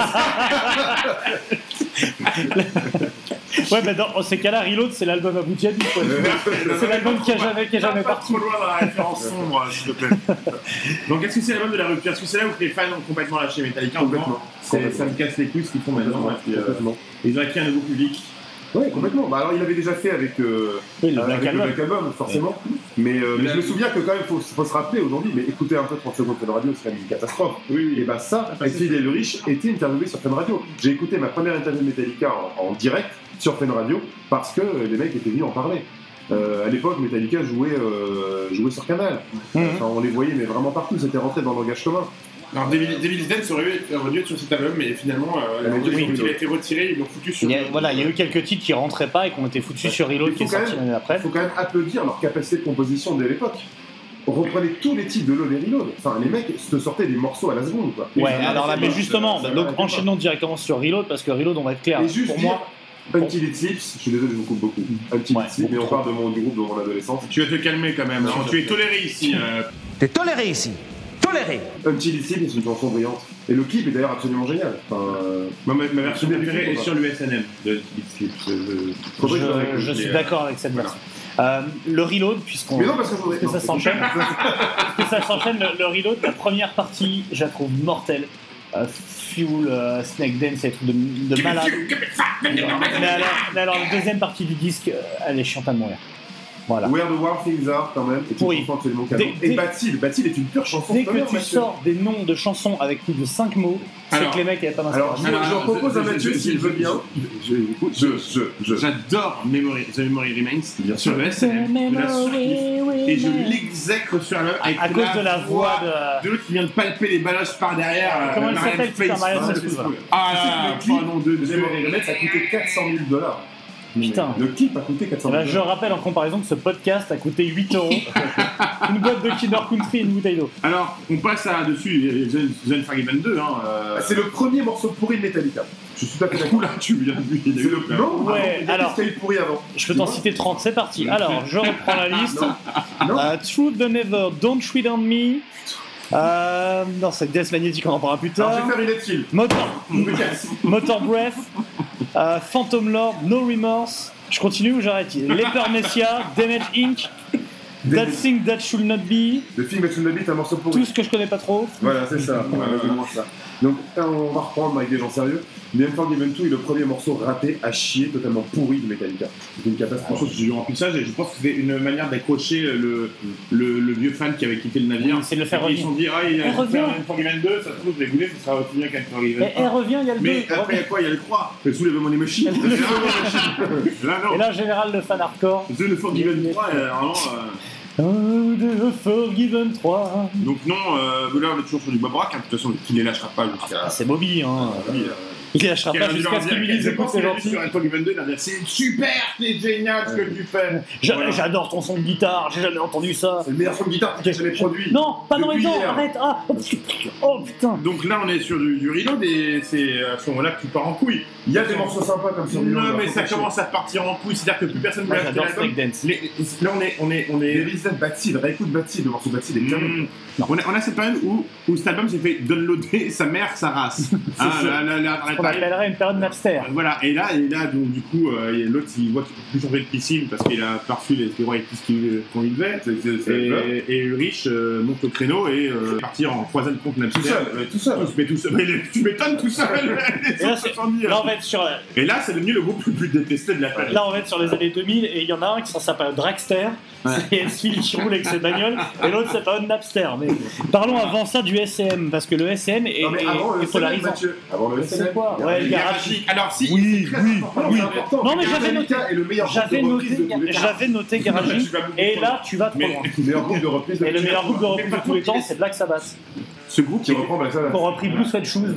Ouais, mais dans ces cas-là, Reload, c'est l'album Abu Dhabi. C'est l'album qui est jamais parti. Trop loin dans la référence sombre, s'il te plaît. Donc, est-ce que c'est l'album de la rupture? Est-ce que c'est là où les fans ont complètement lâché Metallica? Complètement. Ça me casse les couilles ce qu'ils font maintenant. Complètement. Ils ont acquis un nouveau public. Oui, complètement. Alors, il avait déjà fait avec le Black Album, forcément. Mais je me souviens que quand même, il faut se rappeler aujourd'hui, mais écouter un peu 30 secondes Fun Radio, c'est quand même une catastrophe. Et bah ça, Hetfield et Ulrich étaient interviewés sur Fun Radio. J'ai écouté ma première interview de Metallica en direct sur Fun Radio parce que les mecs étaient venus en parler. À l'époque, Metallica jouait sur Canal. Enfin, on les voyait, mais vraiment partout. C'était rentré dans le langage commun. Alors, Devil's Dance aurait dû être sur cet album, mais finalement, il a été retiré, ils l'ont foutu sur. Il y a eu quelques titres qui rentraient pas et qui ont été foutus sur Reload qui est sorti l'année après. Il faut quand même applaudir leur capacité de composition de l'époque. On reprenait tous les titres de Load et Reload. Enfin, les mecs se sortaient des morceaux à la seconde, quoi. Ouais, alors là, mais justement, donc enchaînons directement sur Reload parce que Reload, on va être clair. Pour moi, Until It Sleeps, je suis désolé, je vous coupe beaucoup. Until It Sleeps, mais on parle du groupe de mon adolescence. Tu vas te calmer quand même, tu es toléré ici. T'es toléré ici. Toléré. Until It Sleeps, c'est une chanson brillante. Et le clip est d'ailleurs absolument génial. Ma version préférée est sur l'USNM de Until It Sleeps. Je suis d'accord avec cette version. Le Reload, Mais non, parce que ça s'enchaîne. Le Reload, la première partie, je la trouve mortelle. Fuel, Snake Dance, c'est des trucs de malade. Mais alors, la deuxième partie du disque, elle est chiante à mourir. Voilà. Where the Wild Things Are, quand même, est une chanson absolument canon. Et Batil est une pure chanson. Dès que tu sors des noms de chansons avec plus de 5 mots, c'est que les mecs n'avaient pas d'inspiration. Alors, je propose à Mathieu, s'il veut bien. J'adore The Memory Remains sur le SNM, et je l'exècre sur l'œuvre à cause de la voix de l'autre qui vient de palper les balloches par derrière. Comment elle s'appelle, The Memory Remains, ça a coûté $400,000. Putain. Le clip a coûté 400 Et là, 000 je rappelle en comparaison que ce podcast a coûté 8 €. Une boîte de Kinder Country et une bouteille d'eau. Alors, on passe à dessus, The Unforgiven 2. C'est le premier morceau pourri de Metallica. Je suis tout à fait d'accord. Oula, tu viens de lui. C'est le non, Ouais, alors. Qu'est-ce qu'il y a eu pourri avant? Je peux t'en citer 30, c'est parti. Alors, je reprends la liste. Non. Truth the Never, Don't Treat on Me. Non, c'est Death Magnetic, on en parlera plus Alors, tard. je vais faire une lettre fil. Motor Breath, Phantom Lord, No Remorse. Je continue ou j'arrête? Leper Messiah, Damage Inc., That Thing That Should Not Be. Le film That Should Not Be est un morceau pourri. Tout ce que je connais pas trop. Voilà, c'est ça. Voilà, vraiment ça. Donc, on va reprendre avec des gens sérieux. The Unforgiven 2 est le premier morceau raté, à chier, totalement pourri de Metallica. C'était une catastrophe. J'ai eu remplissage et je pense que c'était une manière d'accrocher le vieux fan qui avait quitté le navire. C'est de le faire Ils se sont dit, il y a revient. Unforgiven 2, ça se trouve, je vais goûter, ce sera aussi bien qu'Unforgiven 1. Et revient, il y a le 2. Mais après, il y a quoi? Il y a le 3, le Soulèvement des machines. Là, non. Et là, général, le fan hardcore. The Unforgiven 3, vraiment. The Forgiven 3. Donc, non, là, on est toujours sur du Bob Rock, hein, de toute façon, qui ne les lâchera pas jusqu'à. Ah, c'est Bobby, hein. Il lâchera pas jusqu'à ce qu'il lui dise écoute, c'est gentil. Sur Unforgiven 2, il a dit c'est super, c'est génial ce que tu fais. J'adore ton son de guitare, j'ai jamais entendu ça. C'est le meilleur son de guitare que j'ai jamais produit. Non, pas dans les temps, hier. arrête. Ah, oh putain. Donc là, on est sur du reload et c'est à ce moment-là que tu pars en couille. Il y a des morceaux sympas comme sur Non, mais ça commence à partir en couille, c'est-à-dire que plus personne ne Moi, veut j'adore acheter l'album. Snake Dance. Là, on est. Des Resident Bad Seed, réécoute Bad Seed, le morceau Bad Seed est terrible. On a cette période où cet album s'est fait downloader sa mère, sa race. On appellerait une période Napster. Voilà, et là donc, du coup, l'autre il voit qu'il peut plus changer de piscine parce qu'il a perçu les stéroïdes qu'on lui devait. Et le riche monte au créneau et partir en croisade contre Napster. Tout seul. Mais tu m'étonnes tout seul. Là, on va être sur. Et là, c'est devenu le groupe le plus détesté de la planète. Là, on va être sur les années 2000 et il y en a un qui s'appelle Dragster. C'est celui qui roule avec ses bagnoles et l'autre s'appelle Napster. Mais parlons avant ça du SM parce que le SM est polarisant. Avant le SM, quoi? Ouais, le garage. Alors si. Oui. Non, mais j'avais noté Garage. Et là, tu vas trop loin. Le meilleur groupe de reprise Et le meilleur groupe de reprise de tous les temps, c'est Black Sabbath. Ce groupe qui reprend Black Sabbath. Qui a repris Blue Sweat Shoes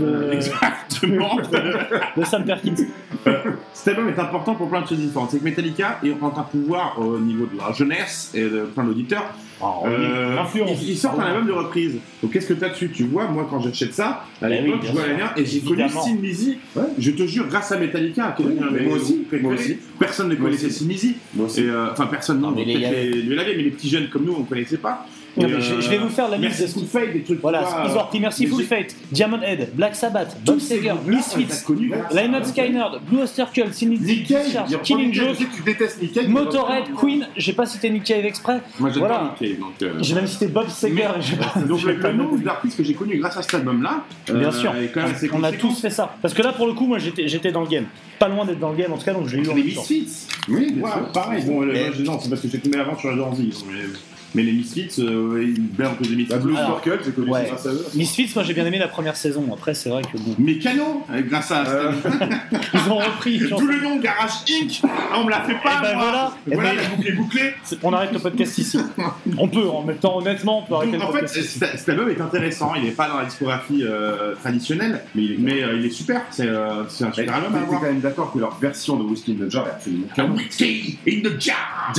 de Sam Perkins. Cet album est important pour plein de choses différentes. C'est que Metallica est en train de pouvoir, au niveau de la jeunesse et de plein d'auditeurs, ils sortent un album de reprise. Donc qu'est-ce que tu as dessus? Tu vois, moi quand j'achète ça, à l'époque, je vois la dernière et j'ai connu Sin Lizzy. Je te jure, grâce à Metallica, moi aussi. Personne ne connaissait Sin Lizzy. Enfin, personne, non, peut-être les petits jeunes comme nous, on ne connaissait pas. Non, mais je vais vous faire la liste Merciful Fate, des trucs. Voilà, ils ont repris Merciful Fate, Diamond Head, Black Sabbath, Bob Seger, Misfits, Lynyrd Skynyrd, Blue Oyster Cult, Nick Cave, Killing Joke, Motorhead, Queen. J'ai pas cité Nick Cave exprès. Moi j'aime pas Nick Cave, donc. J'ai même cité Bob Seger. Donc le nombre d'artistes que j'ai connus grâce à cet album-là. Bien sûr. On a tous fait ça. Parce que là, pour le coup, moi j'étais dans le game. Pas loin d'être dans le game en tout cas, donc je l'ai eu en les même temps. Misfits. Oui, pareil. Bon, non, c'est parce que j'ai tombé avant sur la Dorzi. Mais les Misfits, ils bernent un peu des Misfits. La Blue Circle, c'est connu grâce à eux. Misfits, moi j'ai bien aimé la première saison. Après, c'est vrai que bon. Mécano, grâce à. Ils ont repris. Tout le nom Garage Inc. On me l'a fait pas. Et voilà. Voilà, la boucle est bouclée. On arrête le podcast ici. On peut, en même temps, honnêtement, on peut arrêter le podcast. En fait, cet album est intéressant. Il n'est pas dans la discographie traditionnelle, mais il est super. C'est un super album. T'es quand même d'accord que leur version de Whiskey in the Jar est absolument canon. Whiskey in the Jar.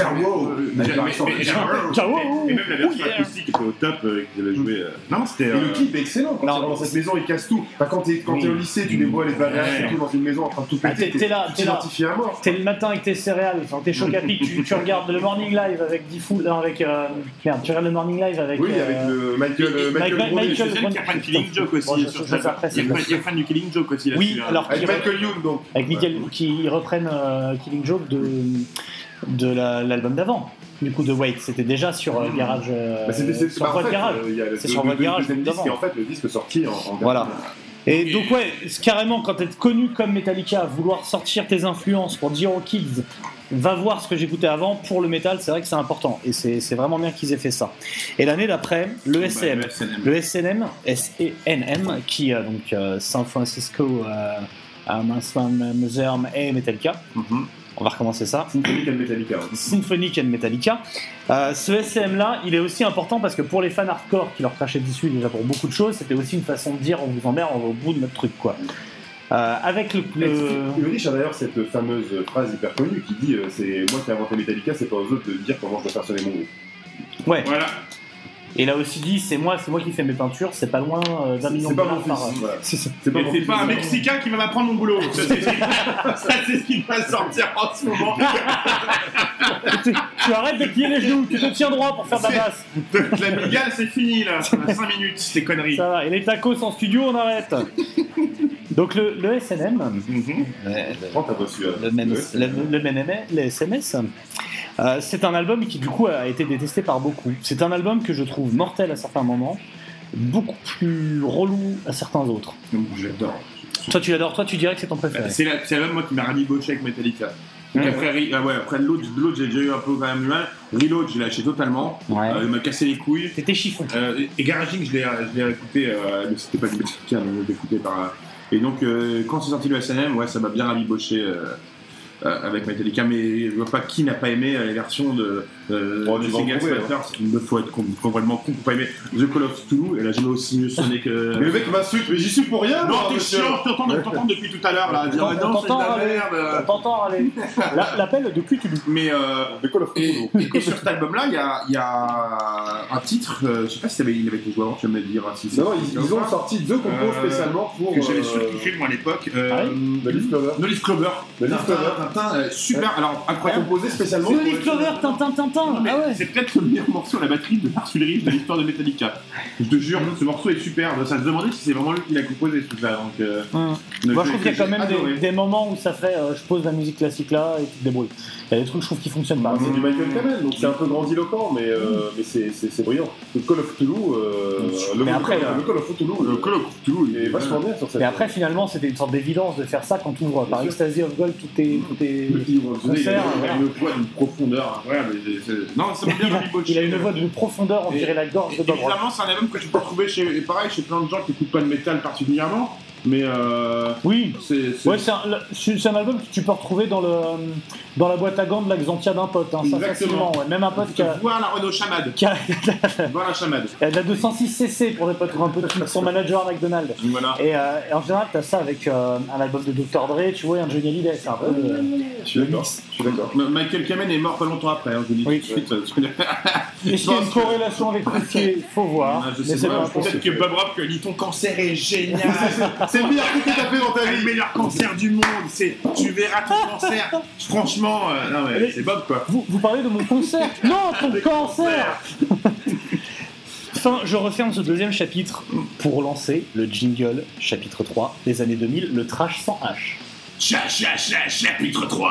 Ciao. Et même la version acoustique était au top qu'ils avaient joué. Non, c'était. Et le clip est excellent. Quand tu vas dans cette maison, ils cassent tout. Enfin, quand t'es au lycée, tu les vois les balader et tout dans une maison en train de tout péter. T'es là. T'identifies à mort. T'es le matin avec tes céréales, enfin t'es choc à pic, tu regardes le Morning Live avec Diffoul, non avec merde, tu regardes le Morning Live avec. Oui, avec le Michael. Qui a fan du Killing Joke aussi. Il y a fan du Killing Joke aussi là-dessus. Oui, alors avec Michael Young donc. Avec Michael qui reprennent Killing Joke de l'album d'avant. Du coup, de Wait, c'était déjà sur Garage. Sur Voix de Garage. C'est sur Voix de Garage. Et en fait, le disque sorti en voilà. Et donc, ouais, carrément, quand t'es connu comme Metallica, vouloir sortir tes influences pour dire aux kids, va voir ce que j'écoutais avant pour le métal, c'est vrai que c'est important. Et c'est vraiment bien qu'ils aient fait ça. Et l'année d'après, le SNM. Le SNM, S-E-N-M, qui donc San Francisco Museum et Metallica. On va recommencer ça. Symphonic and Metallica. Ce SM-là, il est aussi important parce que pour les fans hardcore qui leur crachaient dessus déjà pour beaucoup de choses, c'était aussi une façon de dire on vous emmerde, on va au bout de notre truc, quoi. Avec le Ulrich a d'ailleurs cette fameuse phrase hyper connue qui dit c'est moi qui ai inventé Metallica, c'est pas aux autres de dire comment je dois faire sonner mon groupe. Ouais. Voilà. Et là aussi dit, c'est moi qui fais mes peintures, c'est pas loin d'un million de dollars par. Voilà. C'est pas un Mexicain qui va m'apprendre mon boulot. Ça, c'est ce qui va sortir en ce moment. Tu arrêtes de plier les genoux, tu te tiens droit pour faire de la basse. La migale, c'est fini là. Ça a 5 minutes, ces conneries. Ça va. Et les tacos en studio, on arrête. Donc le SNM, le SMS, c'est un album qui du coup a été détesté par beaucoup. C'est un album que je trouve mortel à certains moments, beaucoup plus relou à certains autres. J'adore. Toi tu l'adores, toi tu dirais que c'est ton préféré. C'est l'album moi qui m'a rabiboché avec Metallica. Donc après l'autre j'ai déjà eu un peu quand même du mal. Reload, j'ai lâché totalement. Ouais. Il m'a cassé les couilles. C'était chiffon. Et Garaging, je l'ai écouté, mais c'était pas du Metallica, mais je l'ai écouté par. Et donc quand c'est sorti le SNM, ouais, ça m'a bien rabiboché avec Metallica, mais je vois pas qui n'a pas aimé la version de Single Splatter. Il faut être complètement con pour pas aimer The Call of Cthulhu, et là j'ai aussi mieux sonné que. Mais le mec m'insulte, mais j'y suis pour rien. Non, t'es chiant, je t'entends depuis tout à l'heure là. Dire non, c'est de la merde. On t'entend râler. L'appel de Cthulhu. Mais The Call of Cthulhu. et sur cet album-là, il y a un titre, je sais pas si il avait été joué avant, tu vas me le dire. Non, ils ont sorti 2 compos spécialement pour. Que j'avais surkiffé moi à l'époque. The Leaf Clover. The Leaf Clover. Tintin, super, alors incroyable. Composé spécialement. The Leaf Clover, Tintin. Ah ouais. C'est peut-être le meilleur morceau à la batterie de Lars Ulrich de l'histoire de Metallica. Je te jure, ce morceau est super. Ça se demandait si c'est vraiment lui qui l'a composé ce truc-là. Moi je trouve qu'il y a quand même des moments où ça fait je pose la musique classique là et tu te débrouilles. Il y a des trucs je trouve qui fonctionnent pas. C'est du Michael Kamen, donc c'est un peu grandiloquent, mais c'est brillant. Le Call of Cthulhu, le Call of Cthulhu est vachement bien sur cette. Mais après finalement c'était une sorte d'évidence de faire ça quand tu ouvres par Ecstasy of Gold tous tes concerts. Il a une voix d'une profondeur incroyable. Non, ça m'a bien il a une voix d'une profondeur, on dirait la gorge de Bob Rock. Évidemment, c'est un album que tu peux retrouver chez plein de gens qui n'écoutent pas de métal particulièrement. Mais oui, c'est un album que tu peux retrouver dans la boîte à gants de la Xantia d'un pote. Ça facilement, ouais. Même un pote qui a. Voir la Renault Chamade. Voir la Chamade. Il y a de la 206 CC pour des potes un peu de son manager McDonald's. Voilà. Et en général, t'as ça avec un album de Dr. Dre, tu vois, un Johnny Hallyday. C'est un peu. Je suis d'accord. Michael Kamen est mort pas longtemps après, je vous dis tout de suite. Est-ce qu'il y a une corrélation avec Routier ? Faut voir. Mais c'est pas peut-être que Bob Rock dit ton cancer est génial. C'est le meilleur truc que t'as fait dans ta vie. Le meilleur cancer du monde. Tu verras ton cancer. Franchement, non mais c'est Bob quoi. Vous parlez de mon concert ? Non, ton cancer. Enfin, je referme ce deuxième chapitre pour lancer le jingle chapitre 3 des années 2000, le trash sans H. Chapitre 3.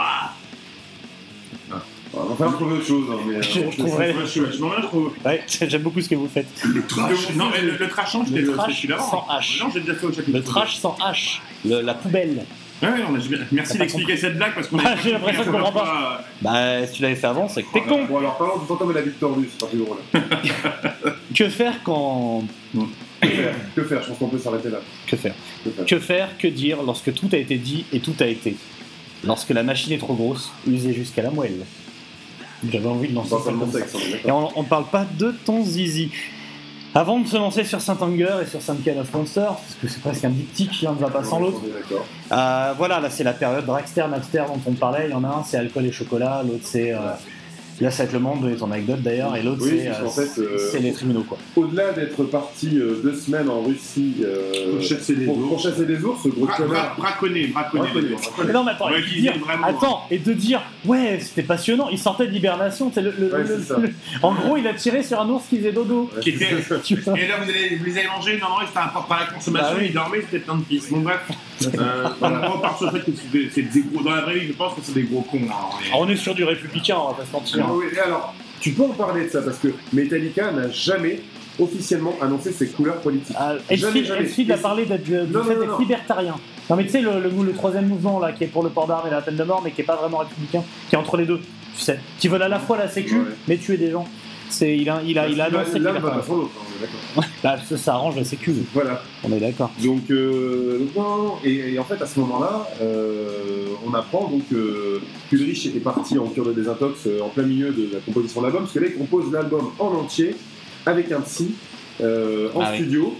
On va falloir trouver autre chose. Je trouverai. Ouais, j'aime beaucoup ce que vous faites. Le trash. Non, mais le trashant, je le trash sans H. Non, j'ai déjà fait au chapitre. Le trash sans H. La poubelle. Ouais, merci d'expliquer cette blague parce qu'on j'ai l'impression que je comprends pas. Bah, si tu l'avais fait avant, c'est que t'es con. Bon, alors parlons du fantôme et la vie tordue, c'est pas plus drôle. Que faire quand. Que faire ? Je pense qu'on peut s'arrêter là. Que faire, que dire lorsque tout a été dit et tout a été ? Lorsque la machine est trop grosse, usée jusqu'à la moelle. J'avais envie de lancer ça comme ça. Et on parle pas de ton zizi. Avant de se lancer sur Saint-Anger et sur Some Kind of Monster, parce que c'est presque un diptyque, l'un ne va pas sans l'autre. Voilà, là c'est la période Dragster, Napster dont on parlait. Il y en a un, c'est Alcool et Chocolat, l'autre c'est. Là, ça va être Le Monde et ton anecdote d'ailleurs, et l'autre c'est les tribunaux quoi. Au-delà d'être parti 2 semaines en Russie pour chasser des ours, ce gros connard. Braconner. Non, mais attends, et de dire, ouais, c'était passionnant, il sortait d'hibernation, en gros, il a tiré sur un ours qui faisait dodo. Et là, vous les avez mangés, non, c'était un propre à la consommation, il dormait, c'était plein de pisse. Bon, bref, on repart sur le fait que c'est des gros. Dans la vraie vie, je pense que c'est des gros cons. On est sur du républicain, on va pas se mentir. Oui, alors, tu peux en parler de ça parce que Metallica n'a jamais officiellement annoncé ses couleurs politiques. Elfried a parlé du fait d'être libertarien. Non mais tu sais, le troisième mouvement là, qui est pour le port d'armes et la peine de mort, mais qui est pas vraiment républicain, qui est entre les deux, tu sais, qui veulent à la fois la sécu, mais tuer des gens. Il a annoncé l'un va pas sans l'autre, on est d'accord. Bah, ça arrange la sécu. Voilà. On est d'accord. Donc non. Et en fait, à ce moment-là, on apprend donc qu'Ulrich est parti en cure de désintox en plein milieu de la composition de l'album, parce que là, il compose l'album en entier avec un psy en studio.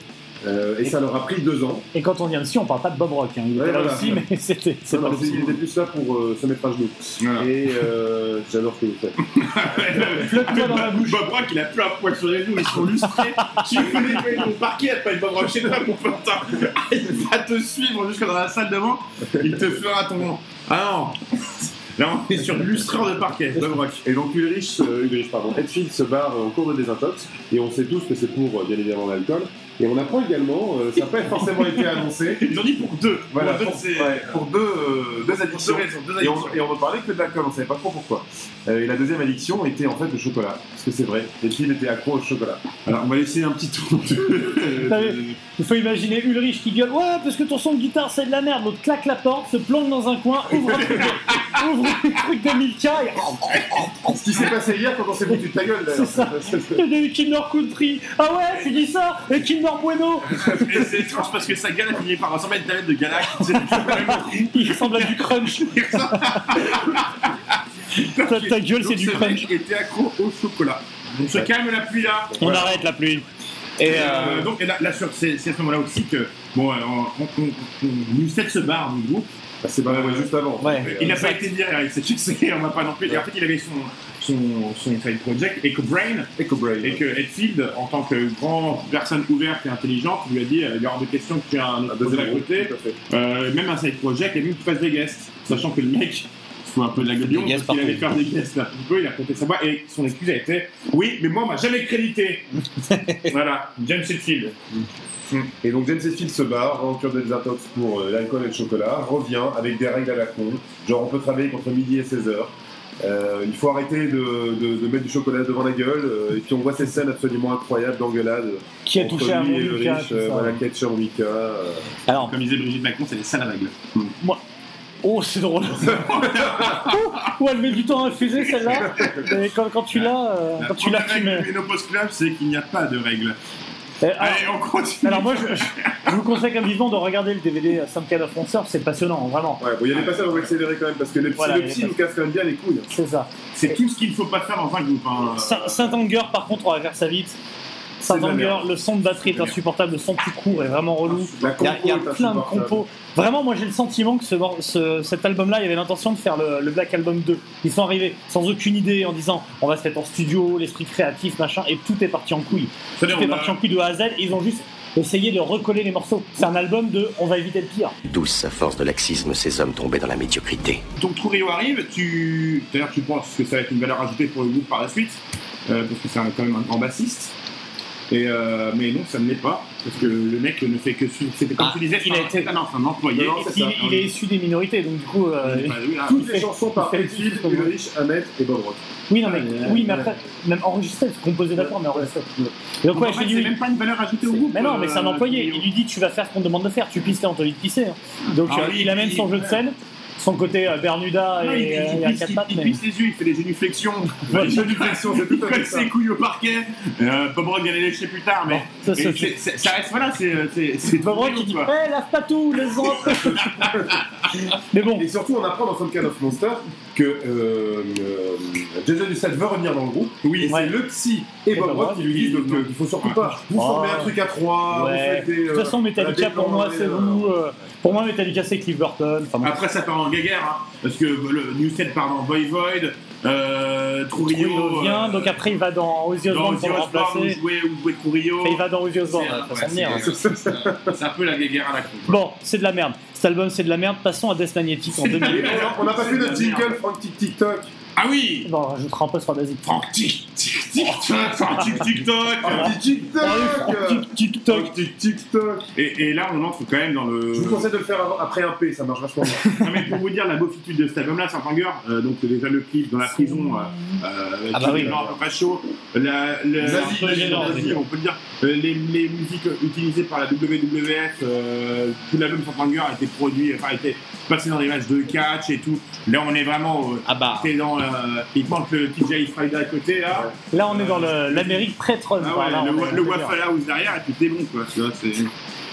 Et ça leur a pris 2 ans. Et quand on vient dessus, on parle pas de Bob Rock. Hein. Il était là aussi, mais c'est pas le il était plus là pour se mettre à genoux. Voilà. Et j'adore ce que vous faites. Flotte-toi dans la bouche. Bob Rock, il a plus un poil sur les genoux, ils sont lustrés. Tu peux nettoyer ton parquet, à pas être Bob Rock chez toi, mon pote. Il va te suivre jusque dans la salle devant. Il te fera ton. Ah non. Là, on est sur lustreur de parquet, Bob Rock. Et donc Hetfield se barre en cours de désintox, et on sait tous que c'est pour, bien évidemment, l'alcool. Et on apprend également, ça n'a pas forcément été annoncé. Ils ont dit pour 2. Voilà, pour deux addictions. Et on ne parlait que de l'alcool, on ne savait pas trop pourquoi. Et la deuxième addiction était en fait le chocolat. Parce que c'est vrai, Hetfield était accro au chocolat. Alors on va laisser un petit tour Il faut imaginer Ulrich qui gueule « Ouais, parce que ton son de guitare c'est de la merde !» L'autre claque la porte, se plonge dans un coin, ouvre un truc de Milka et... Ce qui s'est passé hier quand on s'est foutu de ta gueule d'ailleurs. C'est ça. Il y a des Kinder Country. Ah ouais, tu dis ça. Et Kinder Bueno. Et c'est étrange parce que sa gueule a fini par ressembler à une tablette de Galax. Il ressemble à du crunch. Ta gueule, c'est du crunch. Il était accro au chocolat. On se calme la pluie là. On arrête la pluie. Et donc là, c'est à ce moment-là aussi que Newsted se barre du groupe. C'est pas juste avant. Ouais. Il n'a pas été viré, il s'est fixé, on va pas non plus. Et en fait, il avait son side project, Echo Brain. Et que Hetfield, en tant que grande personne ouverte et intelligente, lui a dit il y aura de questions que tu as un autre projet à côté, même un side project, et même que tu fasses des guests. Sachant que le mec faut un peu de la gueule parce qu'il allait faire des guests un petit peu, il a compté sa voix, et son excuse a été oui, mais moi, on m'a jamais crédité. Voilà, James Hetfield. Et donc James Hetfield se barre en cure de désintox pour l'alcool et le chocolat, revient avec des règles à la con, genre on peut travailler contre midi et 16h, il faut arrêter de mettre du chocolat devant la gueule, et puis on voit ces scènes absolument incroyables d'engueulade. Qui a touché à Mika, voilà, qui a touché à Mika. Alors, comme disait Brigitte Macron, c'est les salles à règles. Moi. Oh, c'est drôle. Oh, elle met du temps à infuser celle-là. Et quand tu l'as, tu mets. Le Menopause Club, c'est qu'il n'y a pas de règles. Allez, on continue. Alors moi, je vous conseille vivement de regarder le DVD Some Kind of Monster, c'est passionnant, vraiment. Ouais, bon, il y a des passages, on va accélérer quand même, parce que le psy nous casse quand même bien les couilles. C'est ça. C'est tout ce qu'il ne faut pas faire dans un groupe. Saint-Anger, par contre, on va faire ça vite. Saint-Anger, le son de batterie est insupportable, le son tout court est vraiment relou. Il y a plein de compos. Vraiment, moi j'ai le sentiment que cet album-là, il y avait l'intention de faire le Black Album 2. Ils sont arrivés sans aucune idée en disant on va se mettre en studio, l'esprit créatif, machin, et tout est parti en couille. Tout est parti en couille de A à Z, et ils ont juste essayé de recoller les morceaux. C'est un album de on va éviter le pire. Douce à force de laxisme, ces hommes tombaient dans la médiocrité. Donc True Rio arrive, d'ailleurs tu penses que ça va être une valeur ajoutée pour le groupe par la suite, parce que c'est quand même un grand bassiste. Mais non, ça ne l'est pas, parce que le mec ne fait que suivre. C'était comme tu disais, c'est un employé. Il est issu des minorités, donc du coup. Toutes les chansons par Hetfield, Ulrich, Hammett et Bob Rock. Oui, mais après, même enregistré, composé d'accord, mais enregistré. Donc, ouais, c'est même pas une valeur ajoutée au groupe. Mais non, mais c'est un employé. Il lui dit tu vas faire ce qu'on te demande de faire. Tu pisses, on te dit de pisser. Donc il amène son jeu de scène. Son côté Bermuda et à 4 pattes. Il pisse les yeux, il fait des génuflexions. Les génuflexions, c'est tout à fait ça. Il colle ses couilles au parquet. Bob Rock allait lécher plus tard, mais ça reste, voilà, c'est Bob Rock qui dit lave pas tout, les autres. Mais bon. Et surtout, on apprend dans Some Kind of Monster que Jason Newsted veut revenir dans le groupe. Oui, c'est le psy et Bob Rock qui lui disent qu'il faut surtout pas. Vous formez un truc à 3. De toute façon, Metallica, pour moi, c'est vous. Pour moi, Metallica, c'est Cliff Burton. Après, ça part en guéguerre, parce que le Newsted part dans Voivod, True Rio vient, donc après il va dans Ozzy Osbourne pour le remplacer. Ou jouer True Rio. Et il va dans Ozzy Osbourne, c'est un peu la guéguerre à la con. Bon, c'est de la merde. Cet album, c'est de la merde. Passons à Death Magnetic en 2000. On n'a pas fait de jingle Frank TikTok. Ah oui. Bon, on rajoutera un peu sur Basic. Frank TikTok. Et là, on entre quand même dans le. Je vous conseille de le faire après un P, ça marche vachement bien. Non, mais pour vous dire la beaufitude de cet album-là, c'est un banger. Donc déjà le clip dans la prison, qui est un peu pas chaud. Nazi, on peut dire. Les musiques utilisées par la WWF, tout l'album sans banger a été produit, enfin a été passé dans des matchs de catch et tout. Là, on est vraiment. T'es dans. Il te manque le TJ Friday à côté là. Là, on est dans l'Amérique pré-Trump. Le Waffle House derrière, et puis t'es bon quoi.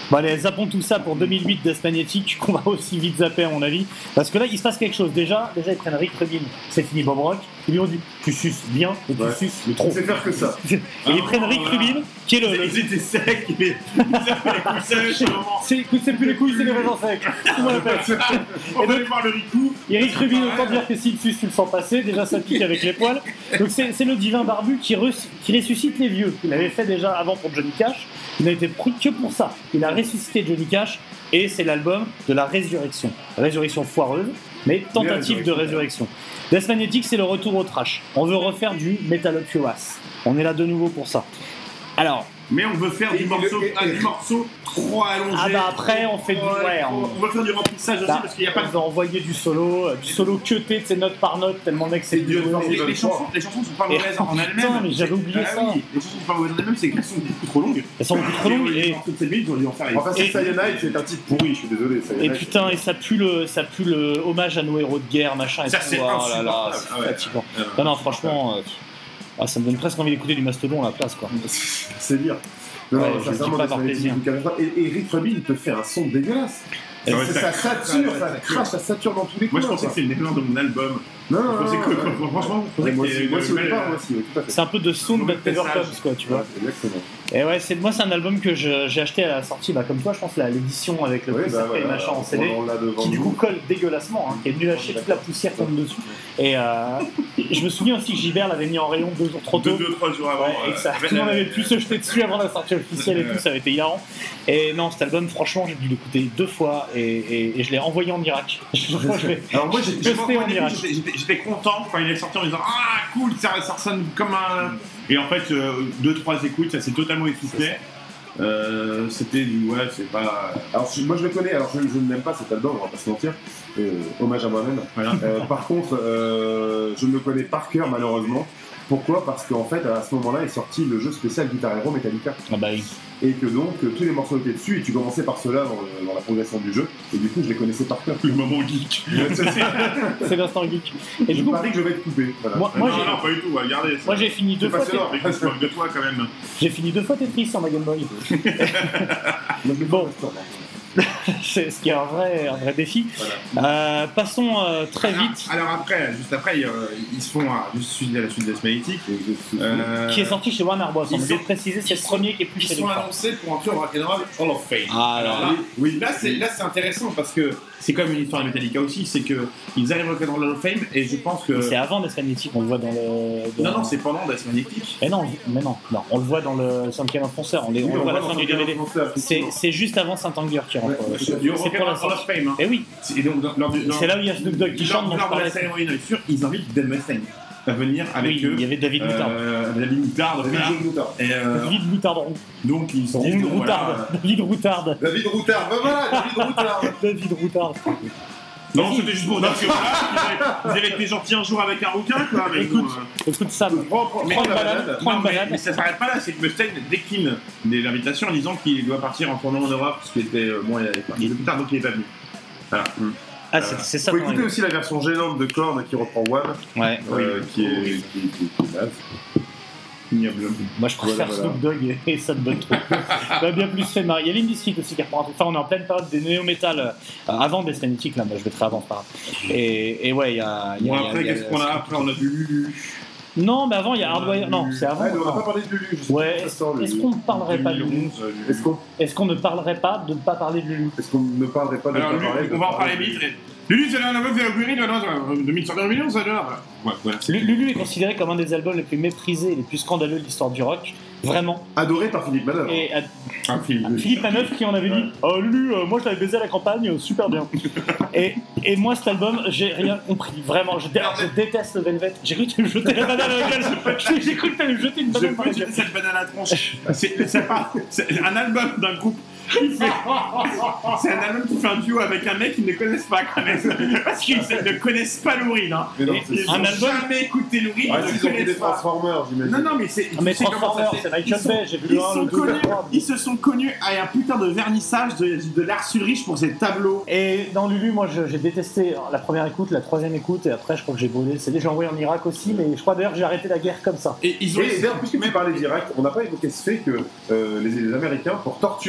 Bon allez, zappons tout ça pour 2008 Death Magnetic, qu'on va aussi vite zapper à mon avis, parce que là il se passe quelque chose. Déjà ils prennent Rick Rubin, c'est fini Bob Rock, ils lui ont dit tu suces bien et tu suces le trop. On sait faire que ça. Et ils prennent Rick Rubin, qui est le... Ils étaient secs, ils avaient les couilles sèches. C'est plus les couilles, c'est les raisins secs. Comment on appelle ça? On va aller voir le Ricou. Et Rick Rubin, autant dire que s'il suce, tu le sens passer, déjà ça pique avec les poils. Donc c'est le divin barbu qui ressuscite les vieux. Il l'avait fait déjà avant pour Johnny Cash, il n'a été pris que pour ça. Il a ressuscité Johnny Cash et c'est l'album de la résurrection. Résurrection foireuse, mais tentative de résurrection. Death Magnetic, c'est le retour au trash. On veut refaire du Metal Up Your Ass. On est là de nouveau pour ça. Alors... Mais on veut faire du morceau trop allongé. Ah bah après on fait on va faire du remplissage aussi parce qu'il n'y a pas de... On va envoyer du solo cuté, c'est note par note, tellement mec c'est dur. Les chansons sont pas mauvaises en elles-mêmes. Putain, mais j'avais oublié ça. Oui, les chansons sont pas mauvaises en elles-mêmes, c'est qu'elles sont beaucoup trop longues. Elles sont beaucoup trop longues et... Enfin c'est Cyanide, c'est un titre pourri, je suis désolé. Et putain, et ça pue le hommage à nos héros de guerre, machin. Ça c'est insupportable. C'est fatigant. Non franchement... ça me donne presque envie d'écouter du Mastodon à la place, quoi. C'est dire. Non, je dis pas par plaisir. Et Rick Rubin, il te fait un son dégueulasse. Ça sature, ça crache, ça sature dans tous les coins. Moi, je pensais que c'était une excellence de mon album. Non, franchement, moi aussi, tout à fait. C'est un peu de Sound That Never Comes, quoi, tu vois. Exactement. Et ouais, c'est un album que j'ai acheté à la sortie, comme toi, je pense, l'édition avec le poussière et machin en CD, qui du coup colle dégueulassement, qui est venu lâcher toute la poussière tombe dessus. Et je me souviens aussi que Gilbert l'avait mis en rayon 2 jours trop tôt. 2-3 jours avant. Et que tout le monde avait pu se jeter dessus avant la sortie officielle et tout, ça avait été hilarant. Et non, cet album, franchement, j'ai dû l'écouter 2 fois et je l'ai envoyé en Irak. Alors moi, j'étais content quand il est sorti en me disant ah cool, ça sonne comme un... Et en fait 2-3 écoutes, ça s'est totalement essoufflé. C'était du c'est pas... Alors moi je le connais, alors je n'aime pas cet album, on va pas se mentir, hommage à moi-même. Voilà. Par contre je me le connais par cœur malheureusement. Pourquoi ? Parce qu'en fait à ce moment-là est sorti le jeu spécial Guitar Hero Metallica. Ah bah oui. Et que donc tous les morceaux étaient dessus et tu commençais par ceux-là dans la progression du jeu et du coup je les connaissais par cœur. Le moment geek. C'est l'instant geek. Et du coup parie que je vais être coupé. Voilà. Moi, non, pas du tout, regardez. Moi j'ai fini 2 fois. De toi quand même. J'ai fini 2 fois Tetris sur ma Game Boy. Bon. C'est ce qui est un vrai défi. Voilà. Passons très vite. Alors juste après, ils se font la suite de Death Magnetic. Qui est sorti chez Warner Bros. On devait préciser, c'est le premier qui est plus chez Ils sont annoncés pour un tour Rock'n'Roll Hall of Fame. Alors là, c'est intéressant parce que c'est comme une histoire de Metallica aussi, c'est qu'ils arrivent au Rock'n'Roll Hall of Fame et je pense que... C'est avant Death Magnetic, on le voit dans le... Non, c'est pendant Death Magnetic. Mais non, on le voit dans le Cinquième Enfonceur, on le voit à la fin du DVD. C'est juste avant Saint-Anger qui rentre. C'est pour la Hall of Fame. Eh oui. Et donc, c'est là où il y a Snoop Dogg qui chante. Lors de la cérémonie d'ouverture, ils invitent Dave Mustaine à venir avec eux. Il y avait David Moutard. David Moutard. David Moutard. Donc ils se disent David Routard. David Routard. Ben voilà, David Routard. Non, c'était juste pour dire que vous avez été gentil un jour avec un rouquin, quoi. Écoute ça, prends une banane. Mais ça s'arrête pas là, c'est que Mustaine décline l'invitation en disant qu'il doit partir en tournoi en Europe, parce qu'il était il est plus tard, donc il est pas venu. Voilà. Ah, c'est ça. Faut écouter aussi la version gênante de Korn qui reprend One. Ouais. Qui est naze. Moi je préfère Snoop Dogg et ça te donne trop. Bah, bien plus fait marrer. Il y a Limp Bizkit aussi qui reprend un truc. Enfin, on est en pleine période des néo-metal avant Death Magnetic, là, moi je vais très avant, pas grave. Et ouais, il y a. Après, qu'est-ce qu'on a après? On a du Lulu. Non, mais avant il y a Hardwire. Non, c'est avant. On n'a pas parlé de Lulu. Ouais, est-ce qu'on ne parlerait pas de Lulu? Est-ce qu'on ne parlerait pas de ne pas parler de Lulu? Est-ce qu'on ne parlerait pas de ne pas parler de... On va en parler vite. Lulu, c'est un album de 2005 millions, ça doit. Lulu est considéré comme un des albums les plus méprisés et les plus scandaleux de l'histoire du rock. Vraiment. Adoré par Philippe Manœuvre. Et Philippe Manœuvre qui en avait dit Lulu, moi je l'avais baisé à la campagne, super bien. et moi cet album, j'ai rien compris. Vraiment, je déteste le Velvet. J'ai cru que tu me jetais la banane à la gueule. J'ai cru que tu allais me jeter une banane à la gueule. Cette banane à la tronche. C'est un album d'un groupe. C'est un album qui fait un duo avec un mec qu'ils ne connaissent pas quand même. Parce qu'ils ne connaissent pas Lou Reed. Ils n'ont jamais écouté Lou Reed. Ils ont pris des Transformers, j'imagine. Non, mais c'est. Mais Transformers, c'est Michael Bay, j'ai vu le 1, le 2, le 3. Ils se sont connus à un putain de vernissage de Lars Ulrich pour ses tableaux. Et dans Lulu, moi j'ai détesté la première écoute, la troisième écoute, et après je crois que j'ai brûlé le CD. J'ai envoyé en Irak aussi, mais je crois d'ailleurs que j'ai arrêté la guerre comme ça. Et d'ailleurs, puisque tu parlais d'Irak, on n'a pas évoqué ce fait que les Américains, pour torturer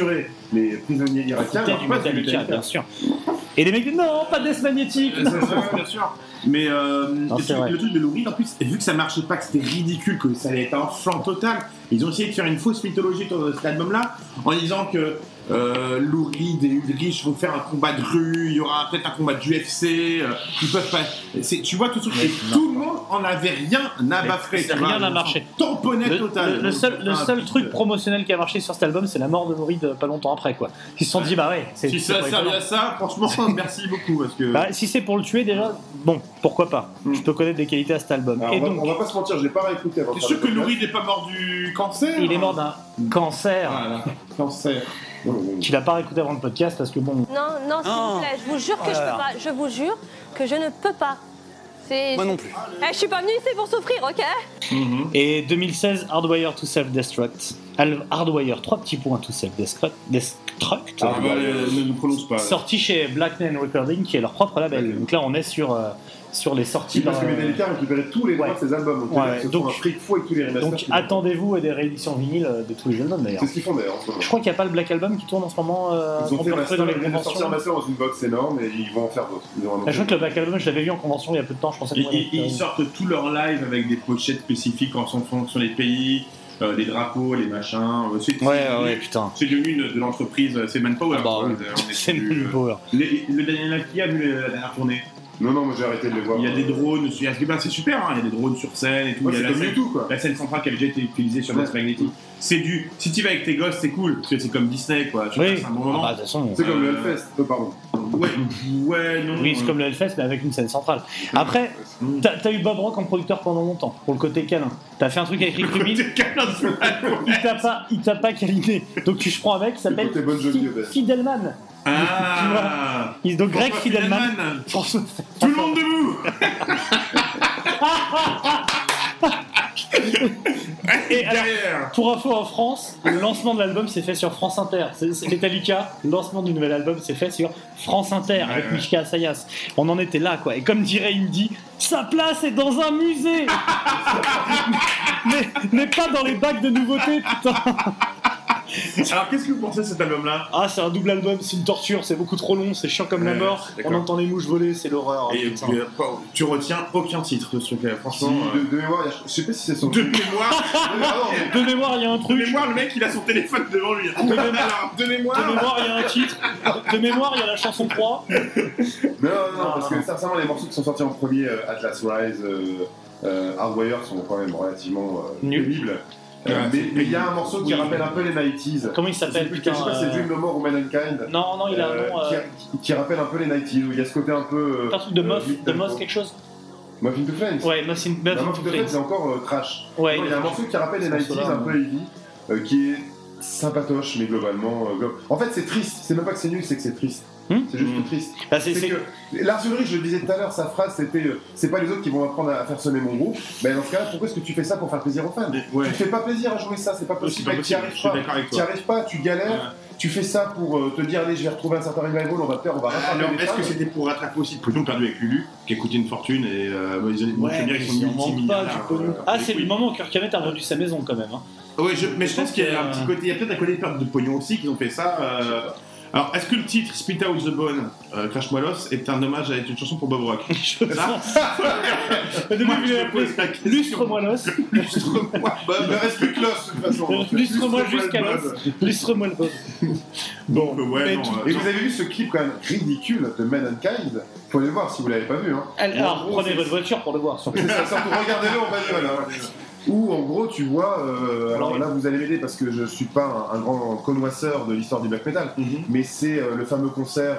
les prisonniers irakiens. Du Metallica, bien sûr. Et les mecs, non, pas Death Magnetic. Bien sûr. Mais le truc de Lou Reed, en plus, vu que ça marchait pas, que c'était ridicule, que ça allait être un flanc total, ils ont essayé de faire une fausse mythologie sur cet album-là, en disant que Lou Reed et Ulrich vont faire un combat de rue, il y aura peut-être un combat d'UFC, ils peuvent pas. Tu vois tout de suite, tout le monde en avait rien à baffrer. Rien n'a marché. Tamponnette total. Le seul truc promotionnel qui a marché sur cet album, c'est la mort de Lou Reed pas longtemps après, quoi. Ils se sont dit, bah ouais. Si ça a servi à ça, franchement, merci beaucoup. Parce que... Bah, si c'est pour le tuer, déjà, bon, pourquoi pas. Je peux connaître des qualités à cet album. Alors, on va pas se mentir, je l'ai pas réécouté avant. T'es sûr que Lou Reed n'est pas mort du cancer? Il est mort d'un cancer. Voilà, cancer. Tu l'as pas réécouté avant le podcast parce que bon. Non, s'il vous plaît, je vous jure que je peux pas. Je vous jure que je ne peux pas. Moi non plus. Je suis pas venue ici pour souffrir, ok? Et 2016, Hardwire to Self-Destruct. Hardwire, 3 petits points to Self-Destruct. Ne nous prononce pas. Sorti chez Black Man Recording, qui est leur propre label. Donc là, on est sur les sorties. Parce que Metallica récupérait tous les droits de ses albums. Donc, un fric fou avec tous les remasters. Donc attendez-vous à des rééditions vinyles de tous les albums d'ailleurs. C'est ce qu'ils font d'ailleurs en ce moment. Je crois qu'il n'y a pas le Black Album qui tourne en ce moment. Ils ont fait master, ils viennent de sortir un master dans une box énorme et ils vont en faire d'autres. Je crois que le Black Album, je l'avais vu en convention il y a peu de temps. Je pensais ils sortent tous leurs lives avec des pochettes spécifiques en fonction des pays. Les drapeaux, les machins. Putain. C'est devenu de l'entreprise, c'est Manpower. C'est Manpower. Le Daniel Live qui a vu la dernière tournée. Non, moi j'ai arrêté de les voir. Il y a des drones, c'est super, hein, il y a des drones sur scène et tout. Ouais, il y a la scène centrale qui a déjà été utilisée sur Death Magnetic. Si tu vas avec tes gosses, c'est cool, parce que c'est comme Disney, quoi. Tu passes un bon moment. C'est comme le Hellfest, pardon. Ouais, non. Oui, c'est comme le Hellfest, mais avec une scène centrale. Après, t'as eu Bob Rock en producteur pendant longtemps, pour le côté câlin. T'as fait un truc avec Rick Rubin. Il t'a pas câliné. Donc je prends un mec qui s'appelle Fidelman. Donc Greg Fidelman. Tout le monde debout. Et alors, pour info, en France, le lancement de l'album s'est fait sur France Inter. C'est Metallica, le lancement du nouvel album s'est fait sur France Inter avec Mishka Asayas. On en était là, quoi. Et comme dirait Indy, sa place est dans un musée. mais pas dans les bacs de nouveautés, putain. Alors qu'est-ce que vous pensez de cet album-là? C'est un double album, c'est une torture, c'est beaucoup trop long, c'est chiant comme la mort, on entend les mouches voler, c'est l'horreur. Et tu retiens aucun titre de ce truc-là, franchement. De mémoire, je sais pas si c'est son. De mémoire De mémoire, il y a un truc. De mémoire, le mec il a son téléphone devant lui. De mémoire, il y a un titre. De mémoire, il y a la chanson 3. Non, parce que sincèrement, les morceaux qui sont sortis en premier, Atlas Rise, Hardwire, sont quand même relativement pénibles. Mais il y a un morceau qui rappelle un peu les 90s. Comment il s'appelle? Je sais pas si c'est Dream No More ou Mankind. Non, il a un nom. Qui rappelle un peu les 90s, où il y a ce côté un peu. Un truc de Moth quelque chose? Muffin to Flames. Ouais, Muffin to Flames. C'est encore trash. Ouais, il y a un morceau qui rappelle les 90s, un peu heavy, qui est sympatoche, mais globalement. En fait, c'est triste. C'est même pas que c'est nul, c'est que c'est triste. C'est juste triste. C'est que Lars Ulrich, je le disais tout à l'heure, sa phrase c'était c'est pas les autres qui vont apprendre à faire sonner mon groupe. Mais dans ce cas-là, pourquoi est-ce que tu fais ça pour faire plaisir aux fans? Tu te fais pas plaisir à jouer ça, c'est pas possible. Tu n'y arrives pas, tu galères. Tu fais ça pour te dire allez, je vais retrouver un certain revival, on va rattraper les fans. Est-ce que c'était pour rattraper aussi le pognon perdu avec Lulu, qui a coûté une fortune et ils sont multimilliardaires. C'est le moment où Kirk Hammett a vendu sa maison quand même. Oui, mais je pense qu'il y a un petit côté, il y a peut-être un côté de perte de pognon aussi qu'ils ont fait ça. Alors, est-ce que le titre Spit Out the Bone, Crash Moi l'os, est un hommage à une chanson pour Bob Rock? Je pense. Lustre-moi l'os. Lustre-moi Bob. Il ne reste plus que l'os de toute façon. Lustre-moi jusqu'à l'os. Lustre-moi le Bob. Bon, et vous avez vu ce clip quand même ridicule de Mankind? Faut aller le voir si vous l'avez pas vu. Alors, prenez votre voiture pour le voir. Surtout regardez-le en bagnole. Où en gros tu vois, alors là vous allez m'aider parce que je suis pas un grand connoisseur de l'histoire du black metal, mais c'est le fameux concert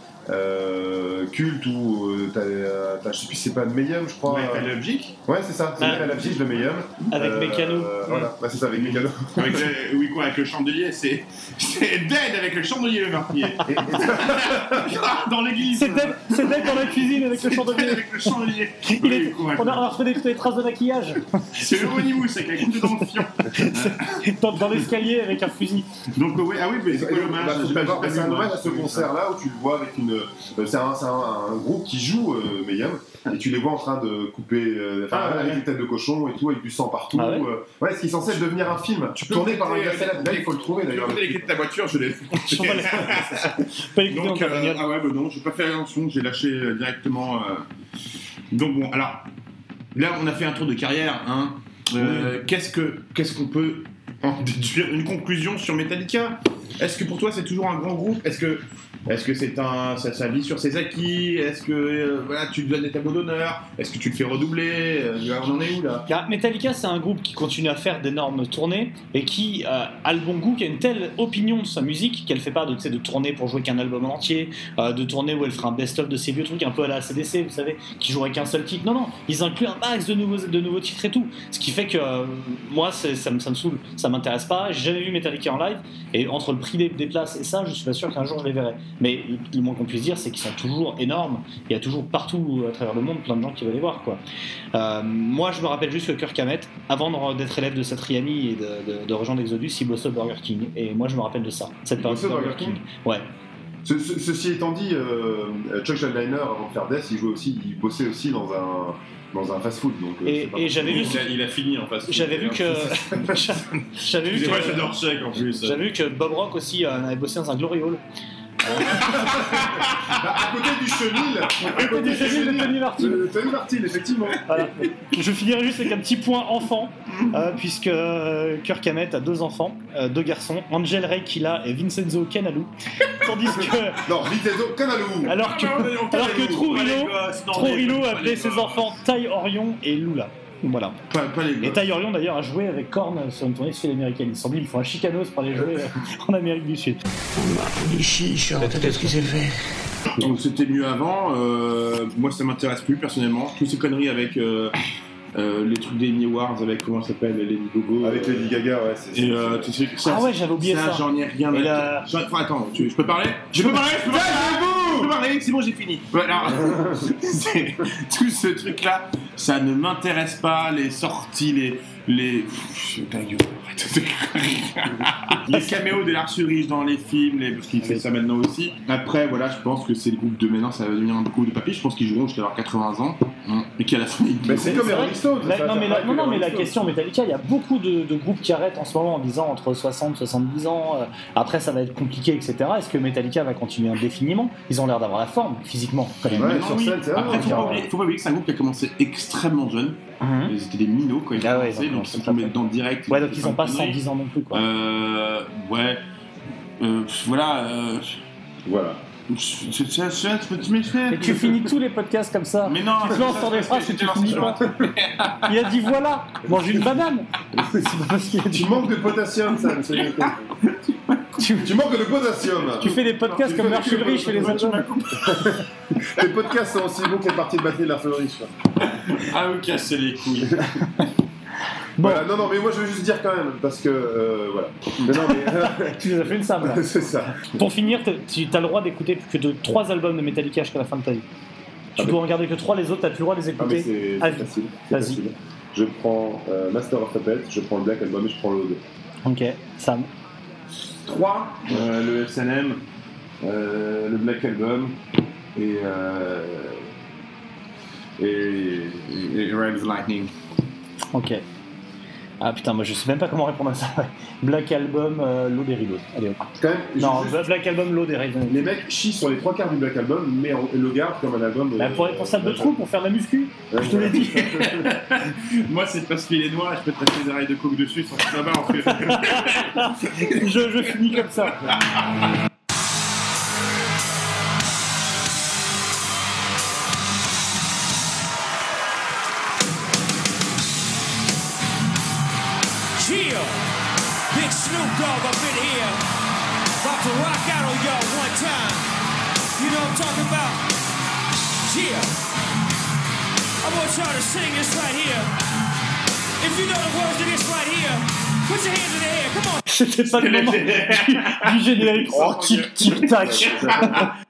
culte où je sais plus si c'est pas Mayhem je crois. Avec Leipzig. Ouais c'est ça, c'est Leipzig de Mayhem. Avec Mécano. Voilà, c'est ça avec Mécano. Avec le chandelier, c'est Dead avec le chandelier le meurtrier. Dans l'église. C'est Dead dans la cuisine avec le chandelier. Avec le chandelier. On a retrouvé des traces de maquillage. C'est le Honeymoon, c'est avec la goutte dans le fion. Dans l'escalier avec un fusil. Donc mais c'est quoi l'hommage? C'est un hommage à ce concert là où tu le vois avec une c'est un groupe qui joue Mayhem, et tu les vois en train de couper avec des têtes de cochon et tout, avec du sang partout. Ah ouais. Ouais, ce qui est censé devenir un film tourné par un gars célèbre. Là, il faut le trouver Tu peux d'ailleurs. regarder les clés de ta voiture, je l'ai. Pas écouté dans Donc, ta bagnole. non, j'ai pas fait attention, j'ai lâché directement. Donc bon, alors là, on a fait un tour de carrière, hein. Qu'est-ce qu'on peut en déduire une conclusion sur Metallica? Est-ce que pour toi c'est toujours un grand groupe? Est-ce que c'est ça vit sur ses acquis? Est-ce que tu lui donnes des tableaux d'honneur? Est-ce que tu le fais redoubler? On en est où là? Metallica, c'est un groupe qui continue à faire d'énormes tournées et qui a le bon goût, qui a une telle opinion de sa musique qu'elle fait pas de tourner pour jouer qu'un album en entier, de tourner où elle fera un best-of de ses vieux trucs, un peu à la ACDC, vous savez, qui jouerait qu'un seul titre. Non, ils incluent un max de nouveaux titres et tout. Ce qui fait que moi, ça me saoule, ça m'intéresse pas. J'ai jamais vu Metallica en live et entre le prix des places et ça, je suis pas sûr qu'un jour je les verrai. Mais le moins qu'on puisse dire, c'est qu'ils sont toujours énormes. Il y a toujours partout à travers le monde plein de gens qui veulent les voir, quoi. Moi, je me rappelle juste que Kirk Hammett, avant d'être élève de Satriani et de rejoindre Exodus, il bossait au Burger King. Et moi, je me rappelle de ça. Cette période bossait au Burger King. Ouais. Ceci étant dit, Chuck Schuldiner, avant de faire Death, il bossait aussi dans un fast-food. Donc, et j'avais vu il a fini en fast-food. J'avais vu que j'adore Chuck en plus. J'avais vu que Bob Rock aussi avait bossé dans un Glory Hall. À côté du chenil, de Tony Martin. Tony Martin, effectivement. Voilà. Je finirai juste avec un petit point enfant, puisque Kirk Hammett a 2 enfants, 2 garçons, Angel Ray Killa et Vincenzo Canalou. Tandis que. Non, Vincenzo Canalou. Alors que Trujillo appelait ses enfants Tai Orion et Lula. Voilà. Et Tai Orion d'ailleurs a joué avec Korn sur une tournée sud-américaine. Ils se sont dit, il faut un chicanos pour aller jouer en Amérique du Sud. Les chiches, peut-être ce qu'il s'est fait. Donc c'était mieux avant. Moi ça m'intéresse plus personnellement. Toutes ces conneries avec les trucs des Emmy Awards avec comment ça s'appelle Lady Gogo. Avec Lady Gaga, ouais. Ah ouais, j'avais oublié ça. J'en ai rien. Attends, je peux parler? Je peux parler. C'est bon, j'ai fini. Voilà. Tout ce truc-là, ça ne m'intéresse pas. Les sorties, les caméos de Lars Ulrich dans les films, parce qu'il fait ça maintenant aussi. Après, voilà, je pense que c'est le groupe de maintenant, ça va devenir un groupe de papy. Je pense qu'ils joueront jusqu'à leurs 80 ans. Et qu'à la fin, c'est comme les Rolling Stones. Mais la question Metallica, il y a beaucoup de groupes qui arrêtent en ce moment en disant entre 60 et 70 ans. Après, ça va être compliqué, etc. Est-ce que Metallica va continuer indéfiniment? Ils ont l'air d'avoir la forme, physiquement, quand même. Ouais, sur scène, c'est vrai. Après, faut pas oublier que c'est un groupe qui a commencé extrêmement jeune. Ils étaient des minots quand ils ont commencé, donc ils sont tombés dedans direct. Ouais, donc ils n'ont pas 110 ans non plus, quoi. Voilà. Et tu finis tous les podcasts comme ça. Mais non, tu te lances sur des phrases que tu finis pas. Il a dit voilà, mange une banane. C'est pas parce qu'il a dit. Tu manques de potassium, ça. Tu manques de potassium. Tu fais des podcasts comme Lars Ulrich fait les albums. Les podcasts sont aussi bons que les parties de batterie de Lars Ulrich. Ah, vous cassez les couilles. Bon. Voilà, non, mais moi je veux juste dire quand même, parce que voilà. Tu nous as fait une sable. C'est ça. Pour finir, tu as le droit d'écouter plus que 3 albums de Metallica jusqu'à la fin de ta vie. Tu dois en regarder que 3, les autres, t'as plus le droit de les écouter. C'est facile. Vas-y. Je prends Master of Puppets, je prends le Black Album et je prends l'Ode. Ok, Sam. 3, le SNM, le Black Album et Rise Lightning. Ok. Ah putain, moi je sais même pas comment répondre à ça. Black Album, l'eau des rideaux. Allez hop. Quand même, non, Black Album, l'eau des rideaux. Les mecs chient sur les 3/4 du Black Album, mais le gardent comme un album. Pour salle de trou, pour faire la muscu. Je te l'ai dit. Moi, c'est parce qu'il est noir, je peux te passer des rails de coke dessus sans que ça va en fait. Je finis comme ça. Big Snoop Dogg up in here, about to rock out on y'all one time. You know what I'm talking about? Yeah. I want y'all to sing this right here. If you know the words to this right here, put your hands in the air. Come on. C'était pas le moment du générique. Oh, tic tic tac.